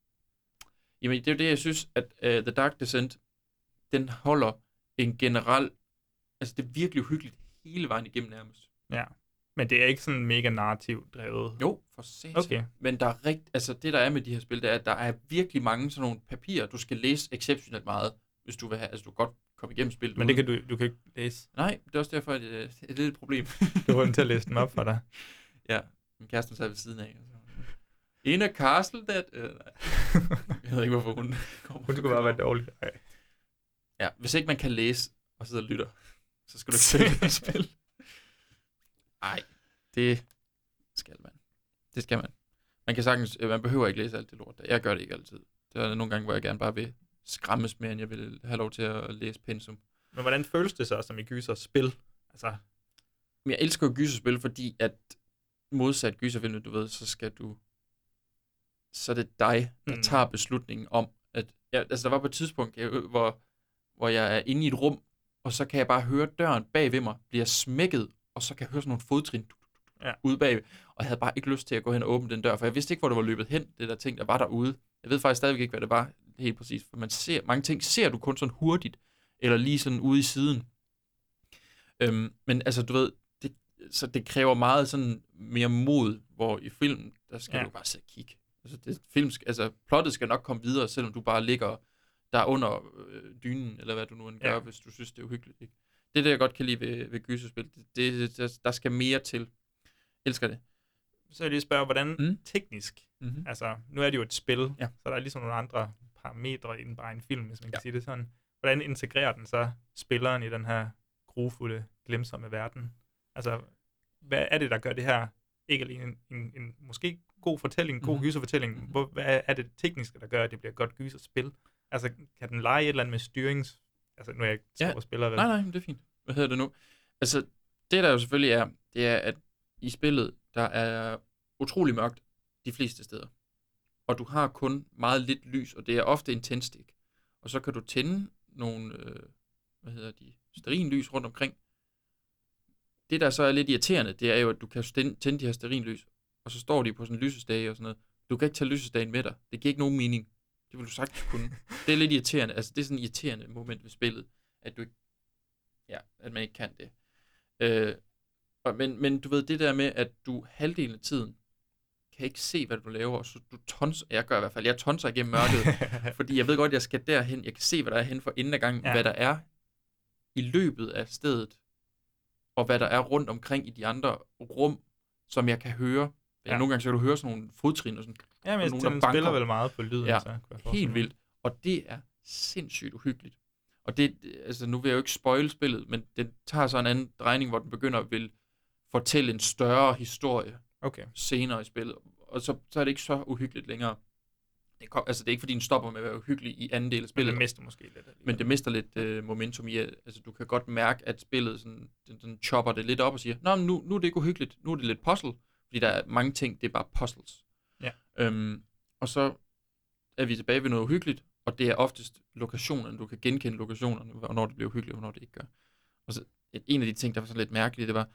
Jamen, det er jo det, jeg synes, at uh, The Dark Descent, den holder en generel... Altså, det er virkelig uhyggeligt hele vejen igennem nærmest. Ja. Men det er ikke sådan mega narrativt drevet. Jo, for satan. Okay. Men der er rigt, altså, det, der er med de her spil, det er, at der er virkelig mange sådan nogle papirer, du skal læse exceptionelt meget, hvis du vil have... Altså, du kan godt komme igennem spillet. Men det kan du, du kan ikke læse. Nej, det er også derfor, at det er et lidt et problem. Du er nødt til at læse dem op for dig. Ja, min kæreste sad ved siden af. In a castle that... Øh, nej. Jeg ved ikke, hvorfor hun kommer. Hun skulle bare være dårlig. Ej. Ja, hvis ikke man kan læse og sidde og lytter, så skal du ikke spille det spil. Nej, det skal man. Det skal man. Man kan sagtens, man behøver ikke læse alt det lort. Jeg gør det ikke altid. Der er nogle gange, hvor jeg gerne bare vil skræmmes mere, end jeg vil have lov til at læse pensum. Men hvordan føles det så, som i gyser spil? Altså, Men jeg elsker jo gyserspil, fordi at modsat gyserfilm, du ved, så skal du... Så er det dig, der Mm. tager beslutningen om, at... Ja, altså, der var på et tidspunkt, jeg, hvor, hvor jeg er inde i et rum, og så kan jeg bare høre døren bag ved mig bliver smækket, og så kan jeg høre sådan nogle fodtrin Ja. ude bag. Og jeg havde bare ikke lyst til at gå hen og åbne den dør, for jeg vidste ikke, hvor det var løbet hen, det der ting, der var derude. Jeg ved faktisk stadigvæk ikke, hvad det var helt præcis, for man ser, mange ting ser du kun sådan hurtigt, eller lige sådan ude i siden. Øhm, men altså, du ved, det, så det kræver meget sådan mere mod, hvor i filmen, der skal Ja. du bare sidde og kigge. Altså, det, film, skal- altså, plottet skal nok komme videre, selvom du bare ligger der under øh, dynen, eller hvad du nu end gør, Ja. hvis du synes, det er uhyggeligt. Ikke? Det er det, jeg godt kan lide ved, ved gyserspil. Det, det, der, der skal mere til. Elsker det. så vil jeg lige spørge, hvordan Mm. teknisk, Mm-hmm. altså nu er det jo et spil, Ja. så der er ligesom nogle andre parametre end bare en film, hvis man kan Ja. sige det sådan. Hvordan integrerer den så spilleren i den her grufulde, glemsomme verden? Altså, hvad er det, der gør det her ikke alene en, en, en måske god fortælling, en god Mhm. gyserfortælling? Mhm. Hvor, hvad er det tekniske, der gør, at det bliver et godt gyserspil? Altså, kan den lege et eller andet med styrings... Altså, nu er jeg ikke Ja. stor spiller, vel? Nej, nej, men det er fint. Hvad hedder det nu? Altså, det der jo selvfølgelig er, det er, at i spillet, der er utrolig mørkt de fleste steder. Og du har kun meget lidt lys, og det er ofte en tændstik. Og så kan du tænde nogle, øh, hvad hedder de, stearinlys rundt omkring. Det, der så er lidt irriterende, det er jo, at du kan stænd- tænde de her stearinlys, og så står de på sådan en lysestage og sådan noget. Du kan ikke tage lysestagen med dig. Det giver ikke nogen mening. Det vil du sagtens kunne. Det er lidt irriterende. Altså, det er sådan et irriterende moment ved spillet, at du ikke ja, at man ikke kan det. Øh, og, men, men du ved, det der med, at du halvdelen af tiden kan ikke se, hvad du laver, og så du tonser, jeg gør i hvert fald, jeg tonser igennem mørket, fordi jeg ved godt, jeg skal derhen, jeg kan se, hvad der er hen for enden af gangen, ja. Hvad der er i løbet af stedet, og hvad der er rundt omkring i de andre rum, som jeg kan høre. Ja. Nogle gange så kan du høre sådan nogle fodtrin, og sådan, ja, men nogen, den spiller vel meget på lyden. Ja, så, helt vildt, og det er sindssygt uhyggeligt. Og det, altså nu vil jeg jo ikke spoil spillet, men det tager så en anden drejning, hvor den begynder at vil fortælle en større historie okay. senere i spillet. Og så, så er det ikke så uhyggeligt længere. Det, kom, altså det er ikke fordi, den stopper med at være uhyggelig i anden del af spillet. Men det mister måske lidt. Alligevel. Men det mister lidt uh, momentum i, altså du kan godt mærke, at spillet sådan, den, den chopper det lidt op og siger, nå, men nu, nu er det ikke uhyggeligt, nu er det lidt puzzle, fordi der er mange ting, det er bare puzzles. Ja. Øhm, og så er vi tilbage ved noget uhyggeligt, og det er oftest lokationerne, du kan genkende lokationerne, hvornår det bliver uhyggeligt, og hvornår det ikke gør. Og så et, en af de ting, der var så lidt mærkeligt, det var,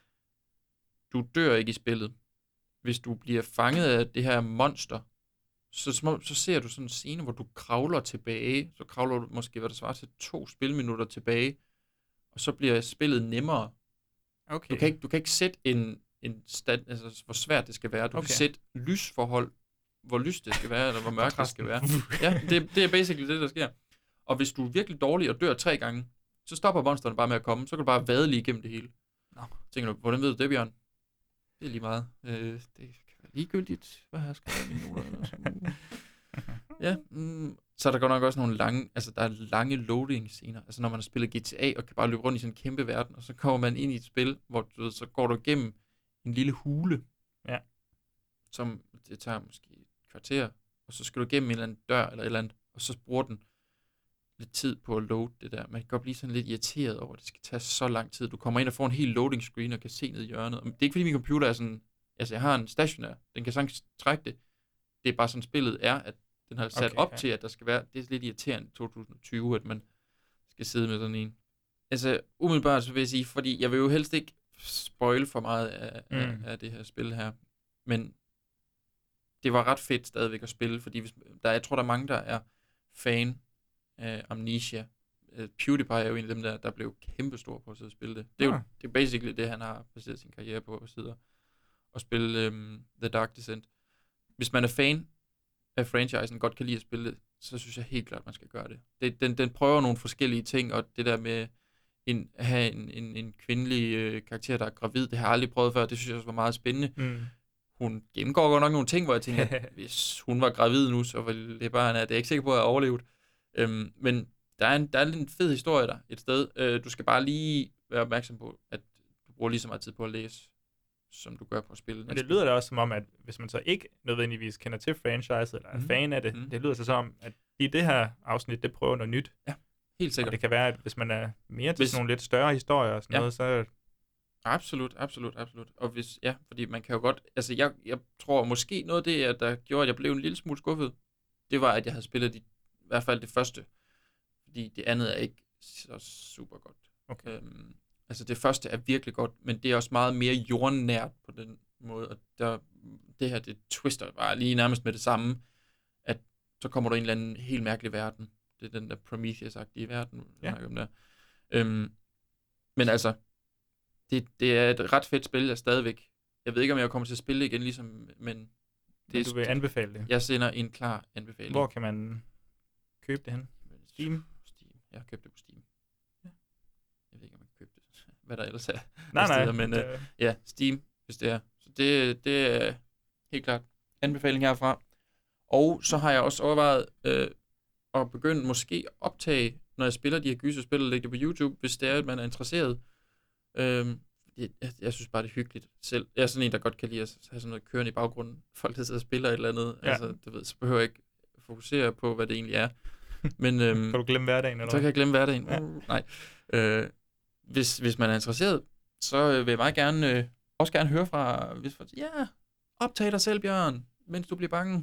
du dør ikke i spillet. Hvis du bliver fanget af det her monster, så, små, så ser du sådan en scene, hvor du kravler tilbage, så kravler du måske, hvad der svarer til to spilminutter tilbage, og så bliver spillet nemmere. Okay. Du kan ikke, du kan ikke sætte en, en stand, altså hvor svært det skal være. Du okay. kan sætte lysforhold, hvor lyst det skal være, eller hvor mørkt det skal være. Ja, det, det er basically det, der sker. Og hvis du er virkelig dårlig og dør tre gange, så stopper monsterne bare med at komme. Så kan du bare vade lige igennem det hele. Nå. Tænker du, hvordan ved du det, Bjørn? Det er lige meget. Øh, det kan være ligegyldigt. Hvad har jeg skrevet mine noter? Ja, mm, så er der godt nok også nogle lange, altså der er lange loading scener. Altså når man har spillet G T A og kan bare løbe rundt i sådan en kæmpe verden, og så kommer man ind i et spil, hvor du ved, så går du igennem en lille hule. Ja. Som det tager måske et kvarter, og så skal du igennem en eller anden dør eller et eller andet, og så bruger den lidt tid på at load det der. Man kan godt blive sådan lidt irriteret over, at det skal tage så lang tid. Du kommer ind og får en helt loading screen og kan se ned i hjørnet. Og det er ikke fordi min computer er sådan, altså jeg har en stationær, den kan sagtens trække det. Det er bare sådan spillet er, at den har sat okay, op ja. til, at der skal være, det er lidt irriterende i to tusind og tyve, at man skal sidde med sådan en. Altså umiddelbart så vil jeg sige, fordi jeg vil jo helst ikke spoil for meget af, mm. af, af det her spil her, men det var ret fedt stadigvæk at spille, fordi hvis, der, jeg tror, der er mange, der er fan af Amnesia. Uh, PewDiePie er jo en af dem, der, der blev kæmpestor på at sidde og spille det. Det er ja. jo det er basically det, han har baseret sin karriere på, at sidde og spille um, The Dark Descent. Hvis man er fan af franchisen, godt kan lide at spille det, så synes jeg helt klart, man skal gøre det. det den, den prøver nogle forskellige ting, og det der med en, at have en, en, en kvindelig øh, karakter, der er gravid, det har jeg aldrig prøvet før, det synes jeg også var meget spændende. Mm. Hun gennemgår godt nok nogle ting, hvor jeg tænker, at hvis hun var gravid nu, så ville det bare, at jeg er ikke sikker på, at jeg har overlevet. Øhm, men der er, en, der er en fed historie der et sted. Øh, du skal bare lige være opmærksom på, at du bruger lige så meget tid på at læse, som du gør på at spille. Men det lyder da også som om, at hvis man så ikke nødvendigvis kender til franchise, eller er mm. fan af det, mm. det lyder så som, at i det her afsnit, det prøver noget nyt. Ja, helt sikkert. Og det kan være, at hvis man er mere til hvis... sådan nogle lidt større historier og sådan ja. noget, så... Absolut, absolut, absolut. Og hvis, ja, fordi man kan jo godt, altså jeg, jeg tror måske noget af det, der gjorde, at jeg blev en lille smule skuffet, det var, at jeg havde spillet de, i hvert fald det første, fordi det andet er ikke så super godt. Okay. Øhm, altså det første er virkelig godt, men det er også meget mere jordnært på den måde, og der, det her, det twister bare lige nærmest med det samme, at så kommer du i en eller anden helt mærkelig verden. Det er den der Prometheus-agtige verden, ja. om der. Øhm, men altså, Det, det er et ret fedt spil, jeg stadigvæk. Jeg ved ikke, om jeg kommer til at spille igen, ligesom, men... Det men du vil anbefale det? Jeg sender en klar anbefaling. Hvor kan man købe det hen? Steam? Steam. Jeg har købt det på Steam. Ja. Jeg ved ikke, om jeg kan købe det. Hvad der ellers er. Nej, nej. Steder, men uh, ja, Steam, hvis det er. Så det, det er helt klart anbefaling herfra. Og så har jeg også overvejet øh, at begynde måske at optage, når jeg spiller de her gyserspil, og lægge det på YouTube, hvis det er, at man er interesseret. Øhm, jeg, jeg synes bare, det er hyggeligt selv. Jeg er sådan en, der godt kan lide at have sådan noget kørende i baggrunden. Folk, der sidder og spiller et eller andet. Ja. Altså, du ved, så behøver jeg ikke fokusere på, hvad det egentlig er. Men, øhm, kan du glemme hverdagen? Eller? Så kan jeg glemme hverdagen. Ja. Uh, nej. Øh, hvis, hvis man er interesseret, så vil jeg meget gerne, øh, også gerne høre fra, hvis folk siger, ja, optag dig selv, Bjørn, mens du bliver bange.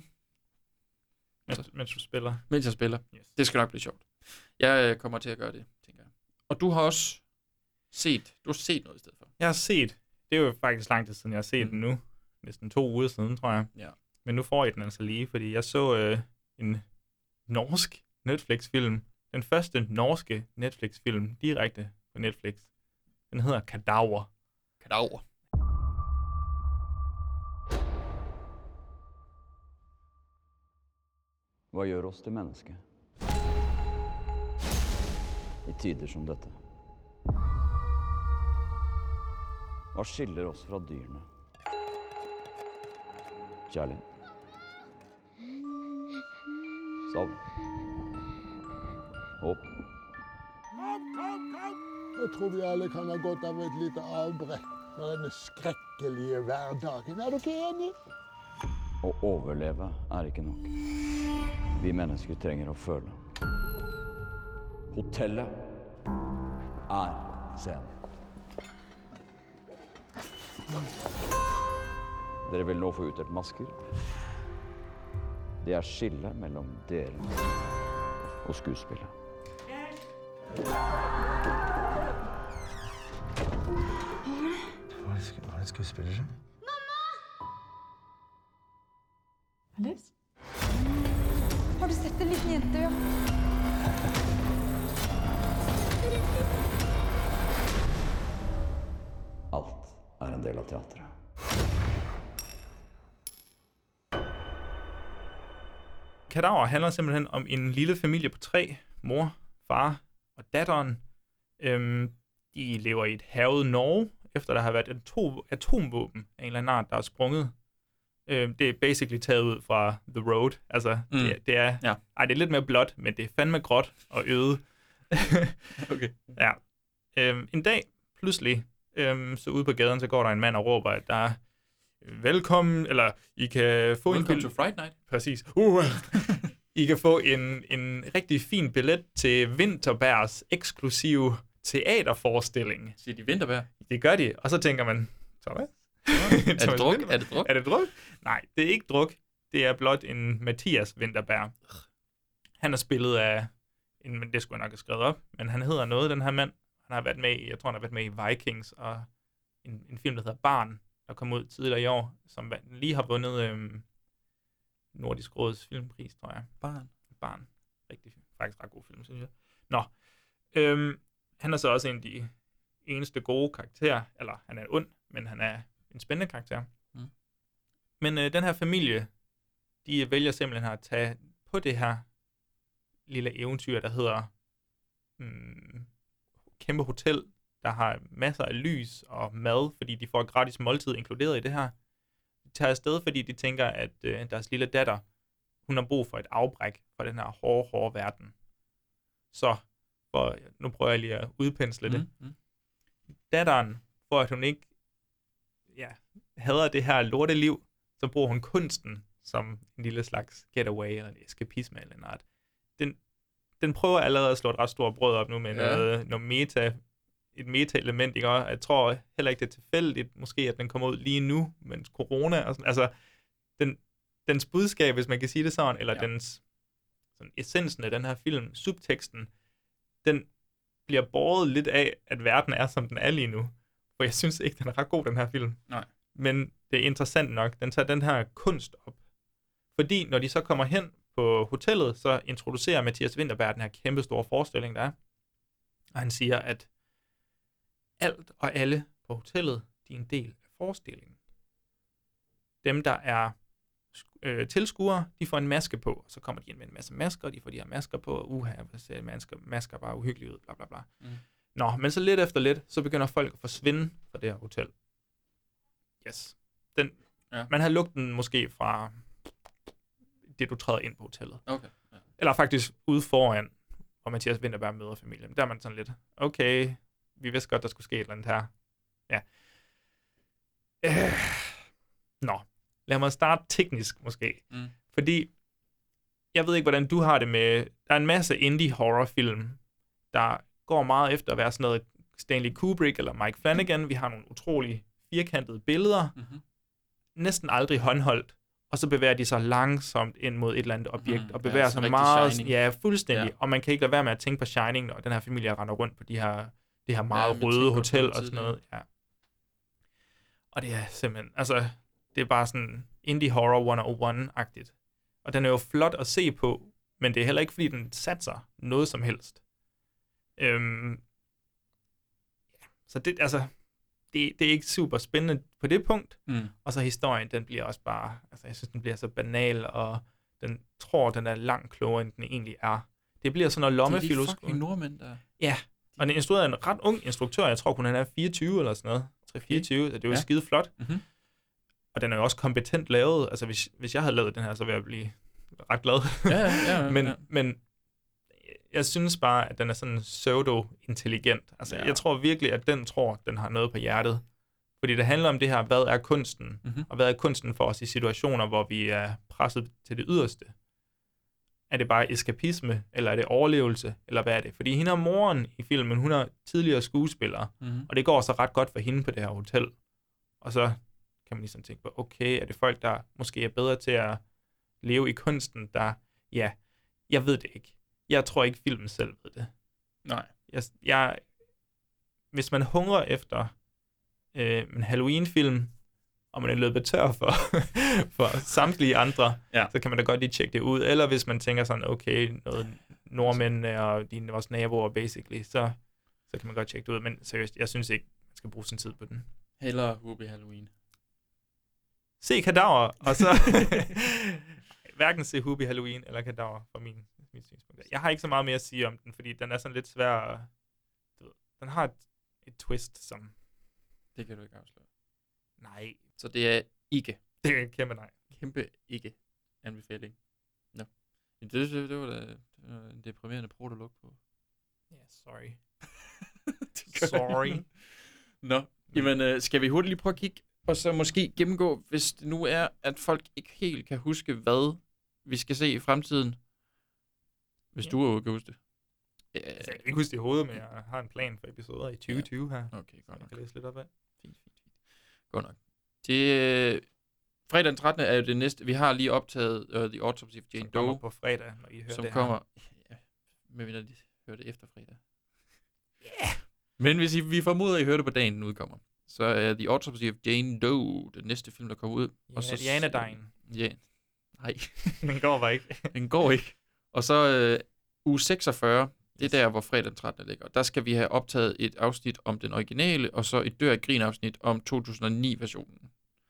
Mens, så, mens du spiller? Mens jeg spiller. Yes. Det skal nok blive sjovt. Jeg øh, kommer til at gøre det, tænker jeg. Og du har også set, du har set noget i stedet for. Jeg har set, det er jo faktisk lang tid siden, jeg har set mm. den nu. Næsten to uger siden, tror jeg. Ja. Men nu får jeg den altså lige, fordi jeg så øh, en norsk Netflix-film. Den første norske Netflix-film direkte på Netflix. Den hedder Kadaver. Kadaver. Hva gjør oss til menneske? I tider som dette. Hva skiller oss fra dyrene? Kjærlighet. Savn. Håp. Jeg tror vi alle kan ha godt av et lite avbrekk fra denne skrekkelige hverdagen. Er du ikke enig? Å overleve er ikke nok. Vi mennesker trenger å føle. Hotellet er scenen. Dere vil nå få utdelt masker. Det er skille mellom dere og skuespillet. Hva er det skuespillere? Alice? Har du sett en liten jente? Ja? Alt er en del av teatret. Kadaver handler simpelthen om en lille familie på tre. Mor, far og datteren. Øhm, de lever i et hærget Norge, efter der har været et atom- atomvåben af en eller anden art, der er sprunget. Øhm, det er basically taget ud fra The Road. Altså, mm. det, det er... Ja. Ej, det er lidt mere blåt, men det er fandme gråt og øde. Okay. Ja. Øhm, en dag, pludselig, øhm, så ude på gaden, så går der en mand og råber, at der er velkommen, eller I kan få Welcome en to Fright Night. Præcis. Uh. I kan få en, en rigtig fin billet til Vinterbergs eksklusive teaterforestilling. Siger de Vinterberg? Det gør de, og så tænker man, Thomas? Er det druk? Er det druk? Er det druk? Nej, det er ikke druk. Det er blot en Mathias Vinterberg. Han er spillet af, en, men det skulle jeg nok have skrevet op, men han hedder noget, den her mand. Han har været med i, jeg tror, han har været med i Vikings, og en, en film, der hedder Barn, der kom ud tidligere i år, som lige har vundet øhm, Nordisk Råds filmpris, tror jeg. Barn. Barn. Rigtig, faktisk ret god film, synes jeg. Nå. Øhm, han er så også en af de eneste gode karakterer, eller han er ond, men han er en spændende karakter. Mm. Men øh, den her familie, de vælger simpelthen at tage på det her lille eventyr, der hedder mm, kæmpe hotel, der har masser af lys og mad, fordi de får et gratis måltid inkluderet i det her. De tager afsted, fordi de tænker, at øh, deres lille datter, hun har brug for et afbræk fra den her hårde, hårde verden. Så, for, nu prøver jeg lige at udpensle det. Mm, mm. Datteren, for at hun ikke ja, hader det her lorteliv, så bruger hun kunsten som en lille slags getaway eller en eskapisme eller noget. Den, den prøver allerede at slå et ret stort brød op nu med ja. noget, noget meta, et meta-element, ikke? Og jeg tror heller ikke, det er tilfældigt, måske, at den kommer ud lige nu, mens corona og sådan. Altså, den, dens budskab, hvis man kan sige det sådan, eller ja. dens sådan, essensen af den her film, subteksten, den bliver båret lidt af, at verden er, som den er lige nu. For jeg synes ikke, den er ret god, den her film. Nej. Men det er interessant nok. Den tager den her kunst op. Fordi når de så kommer hen på hotellet, så introducerer Mathias Vinterberg den her kæmpe store forestilling, der er. Og han siger, at alt og alle på hotellet, de er en del af forestillingen. Dem, der er øh, tilskuere, de får en maske på, og så kommer de ind med en masse masker, og de får de her masker på, og uha, hvad ser masker, masker bare uhyggelige ud, bla bla bla. Mm. Nå, men så lidt efter lidt, så begynder folk at forsvinde fra det her hotel. Yes. Den, ja. Man har lugtet den måske fra det, du træder ind på hotellet. Okay. Ja. Eller faktisk ude foran, hvor Mathias Vinterberg møder familien. Der er man sådan lidt, okay, vi vidste godt, der skulle ske et eller andet her. Ja. Øh. Nå, lad mig starte teknisk måske. Mm. Fordi, jeg ved ikke, hvordan du har det med, der er en masse indie horrorfilm, der går meget efter at være sådan noget Stanley Kubrick eller Mike Flanagan. Vi har nogle utrolig firkantede billeder, mm-hmm. næsten aldrig håndholdt, og så bevæger de sig langsomt ind mod et eller andet objekt, mm, og bevæger ja, sig meget, Shining. Ja, fuldstændig, ja. Og man kan ikke lade være med at tænke på Shining, når den her familie render rundt på de her, det her meget ja, røde hotel og sådan noget, ja. Og det er simpelthen, altså, det er bare sådan indie horror et nul et-agtigt, og den er jo flot at se på, men det er heller ikke, fordi den satser noget som helst. Øhm, så det, altså, det, det er ikke super spændende på det punkt. Mm. Og så historien, den bliver også bare, altså jeg synes, den bliver så banal, og den tror, den er langt klogere, end den egentlig er. Det bliver sådan noget Det er lommefilosofi. de fucking nordmænd, der... Ja, og den er instrueret af en ret ung instruktør. Jeg tror kun, han er fireogtyve eller sådan noget. tre fireogtyve, så det er jo Ja. skide flot. Mm-hmm. Og den er jo også kompetent lavet. Altså, hvis, hvis jeg havde lavet den her, så ville jeg blive ret glad. Ja, ja, ja, men, ja. men jeg synes bare, at den er sådan pseudo-intelligent. Altså, Ja. jeg tror virkelig, at den tror, den har noget på hjertet. Fordi det handler om det her, hvad er kunsten? Mm-hmm. Og hvad er kunsten for os i situationer, hvor vi er presset til det yderste? Er det bare eskapisme, eller er det overlevelse, eller hvad er det? Fordi hende er moren i filmen, hun er tidligere skuespiller, Mm-hmm. og det går så ret godt for hende på det her hotel. Og så kan man ligesom tænke på, okay, er det folk, der måske er bedre til at leve i kunsten, der, ja, jeg ved det ikke. Jeg tror ikke, filmen selv ved det. Nej. Jeg, jeg, hvis man hungrer efter øh, en Halloween-film, og man er løbet tør for, for samtlige andre, Ja. så kan man da godt lige tjekke det ud. Eller hvis man tænker sådan, okay, noget nordmændene og dine, vores naboer, basically, så, så kan man godt tjekke det ud. Men seriøst, jeg synes ikke, man skal bruge sin tid på den. Hellere Hubie Halloween. Se Kadaver, og så hverken se Hubie Halloween eller Kadaver, fra min, min synspunkt. Jeg har ikke så meget mere at sige om den, fordi den er sådan lidt svær at, du ved, den har et, et twist, som, Det kan du ikke afsløre. nej, Så det er ikke. det er en kæmpe nej. Kæmpe ikke anbefaling. Nå. No. Det, det, det, var da det var en deprimerende protolog på. Ja, yeah, sorry. Det gør Sorry. ikke noget. Nå, jamen øh, skal vi hurtigt lige prøve at kigge, og så måske gennemgå, hvis det nu er, at folk ikke helt kan huske, hvad vi skal se i fremtiden. Hvis Ja. du overhovedet kan huske det. Altså, jeg kan ikke huske det i hovedet, men jeg har en plan for episoder i tyve tyve her. Okay, godt Jeg nok. kan læse lidt op af. Fint, fint, fint. Godt nok. Det, øh, fredag den trettende er jo det næste. Vi har lige optaget uh, The Autopsy of Jane Som kommer Doe, på fredag, når I hører som det kommer... Ja, men vi de hører det efter fredag. Yeah. Men hvis I, vi formoder, at I hører det på dagen, den udkommer, så er The Autopsy of Jane Doe den næste film, der kommer ud. her. Ja, Janadejen. Ja. Nej, Den går bare ikke. den går ikke. Og så øh, uge seksogfyrre, det er Yes. der, hvor fredag den trettende ligger. Der skal vi have optaget et afsnit om den originale, og så et dør af grin afsnit om to tusind og ni-versionen.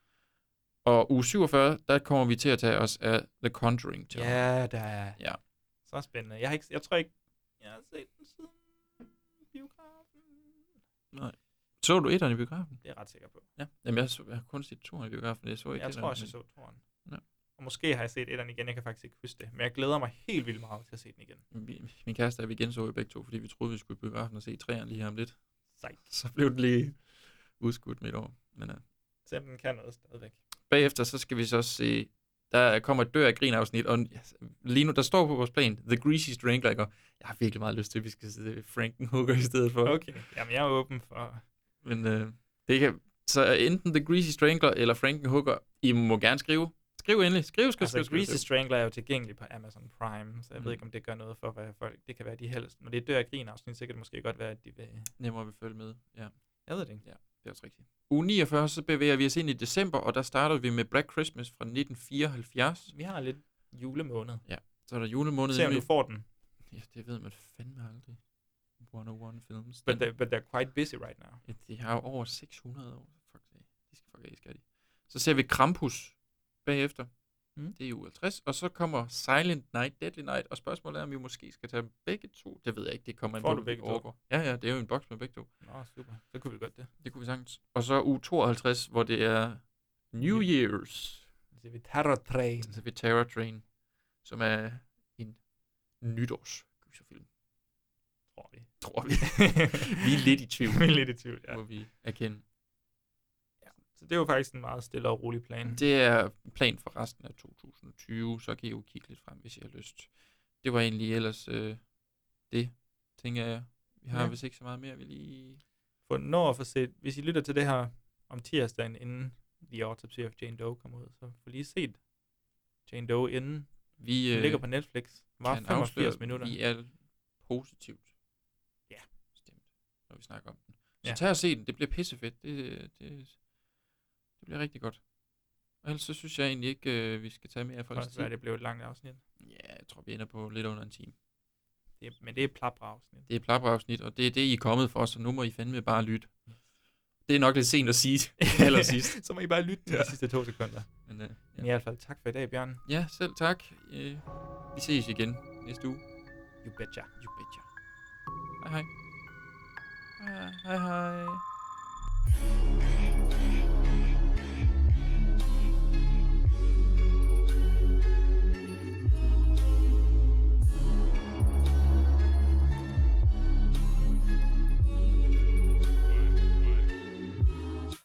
Og uge syvogfyrre, der kommer vi til at tage os af The Conjuring. Til. Ja, der er Ja. så spændende. Jeg, har ikke, jeg tror ikke, jeg har set den siden biografen. Nej. Så du etteren i biografen? Det er jeg ret sikker på. Ja. Jamen, jeg, så, jeg har kun set toeren i biografen, jeg så ikke Jeg etteren, tror også, jeg men- så toren. Ja. Og måske har jeg set etteren igen, jeg kan faktisk ikke huske det. Men jeg glæder mig helt vildt meget til at se den igen. Mi- Min kæreste er vi igen så i begge to, fordi vi troede, vi skulle i biografen og se træerne lige her om lidt. Sejt. Så blev den lige udskudt midt over. Men uh, Så den kan noget stadigvæk. bagefter, så skal vi så se, der kommer et dør af grin afsnit, og ja, lige nu, der står på vores plan, The Greasy Strangler, og jeg har virkelig meget lyst til, at vi skal se Frankenhooker i stedet for. Okay, jamen jeg er åben for... Men uh, det kan, så enten The Greasy Strangler eller Frankenhooker, I må gerne skrive. Skriv endelig. Skriv, skriv, skriv, Altså, skriv. Greasy skriv. Strangler er jo tilgængelig på Amazon Prime, så jeg Mm. ved ikke, om det gør noget for, hvad folk... Det kan være, de helst. Når det er dør af grin afsnit, så kan det måske godt være, at de vil... Nemmere vil følge med, ja. Jeg ved det ikke. Det er også rigtigt. Uge niogfyrre, så bevæger vi os ind i december, og der starter vi med Black Christmas fra nitten fireoghalvfjerds. Vi har lidt julemåned. Så er der julemåned. Se om inde du i- får den. Ja, det ved man fandme aldrig. et nul et Films. But, Den, they, but they're quite busy right now. ja, de har jo over seks hundrede år. Fuck det. De skal fuck af, skal de. Så ser vi Krampus bagefter. Mm. Det er uge halvtreds. Og så kommer Silent Night, Deadly Night. Og spørgsmålet er, om vi måske skal tage begge to. Det ved jeg ikke. Det kommer an Får på, du hvad vi begge to? overgår. Ja, ja, det er jo en boks med begge to. Nå, super. Så kunne vi godt det. Det kunne vi sagtens. Og så uge tooghalvtreds, hvor det er New Year's. Så ser vi Terror Train. Så ser vi Terror Train, som er en nytårsgyserfilm. Tror vi. Tror vi. Vi er lidt i tvivl. Vi er lidt i tvivl, ja. Må vi erkende. Så det er jo faktisk en meget stille og rolig plan. Det er plan for resten af to tusind og tyve, så kan I jo kigge lidt frem, hvis I har lyst. Det var egentlig ellers øh, det, tænker jeg. Vi har Ja. ja. vist ikke så meget mere, vi lige... For når at få set, hvis I lytter til det her om tirsdagen, inden The Autopsy of Jane Doe kommer ud, så få lige set Jane Doe inden. Vi Den øh, ligger på Netflix. Var kan femogfirs afsløre, minutter. Vi er positivt Ja. stemt, når vi snakker om den. Så Ja. tag og se den, det bliver pissefedt. Det, det, det bliver rigtig godt. Og ellers så synes jeg egentlig ikke, øh, vi skal tage mere Det fra kan også være, det blev et langt afsnit. Ja, jeg tror, vi ender på lidt under en time. Det er, men det er plapper-afsnit. Det er plapper-afsnit, og det er det, I er kommet for, så nu må I fandme bare lytte. Det er nok lidt sent at sige allersidst. Så må I bare lytte til ja. de sidste to sekunder. Men, øh, Men i hvert fald tak for i dag, Bjørn. ja, selv tak. Øh, vi ses igen næste uge. You betcha. You betcha. Hej hej. Hej hej. hej.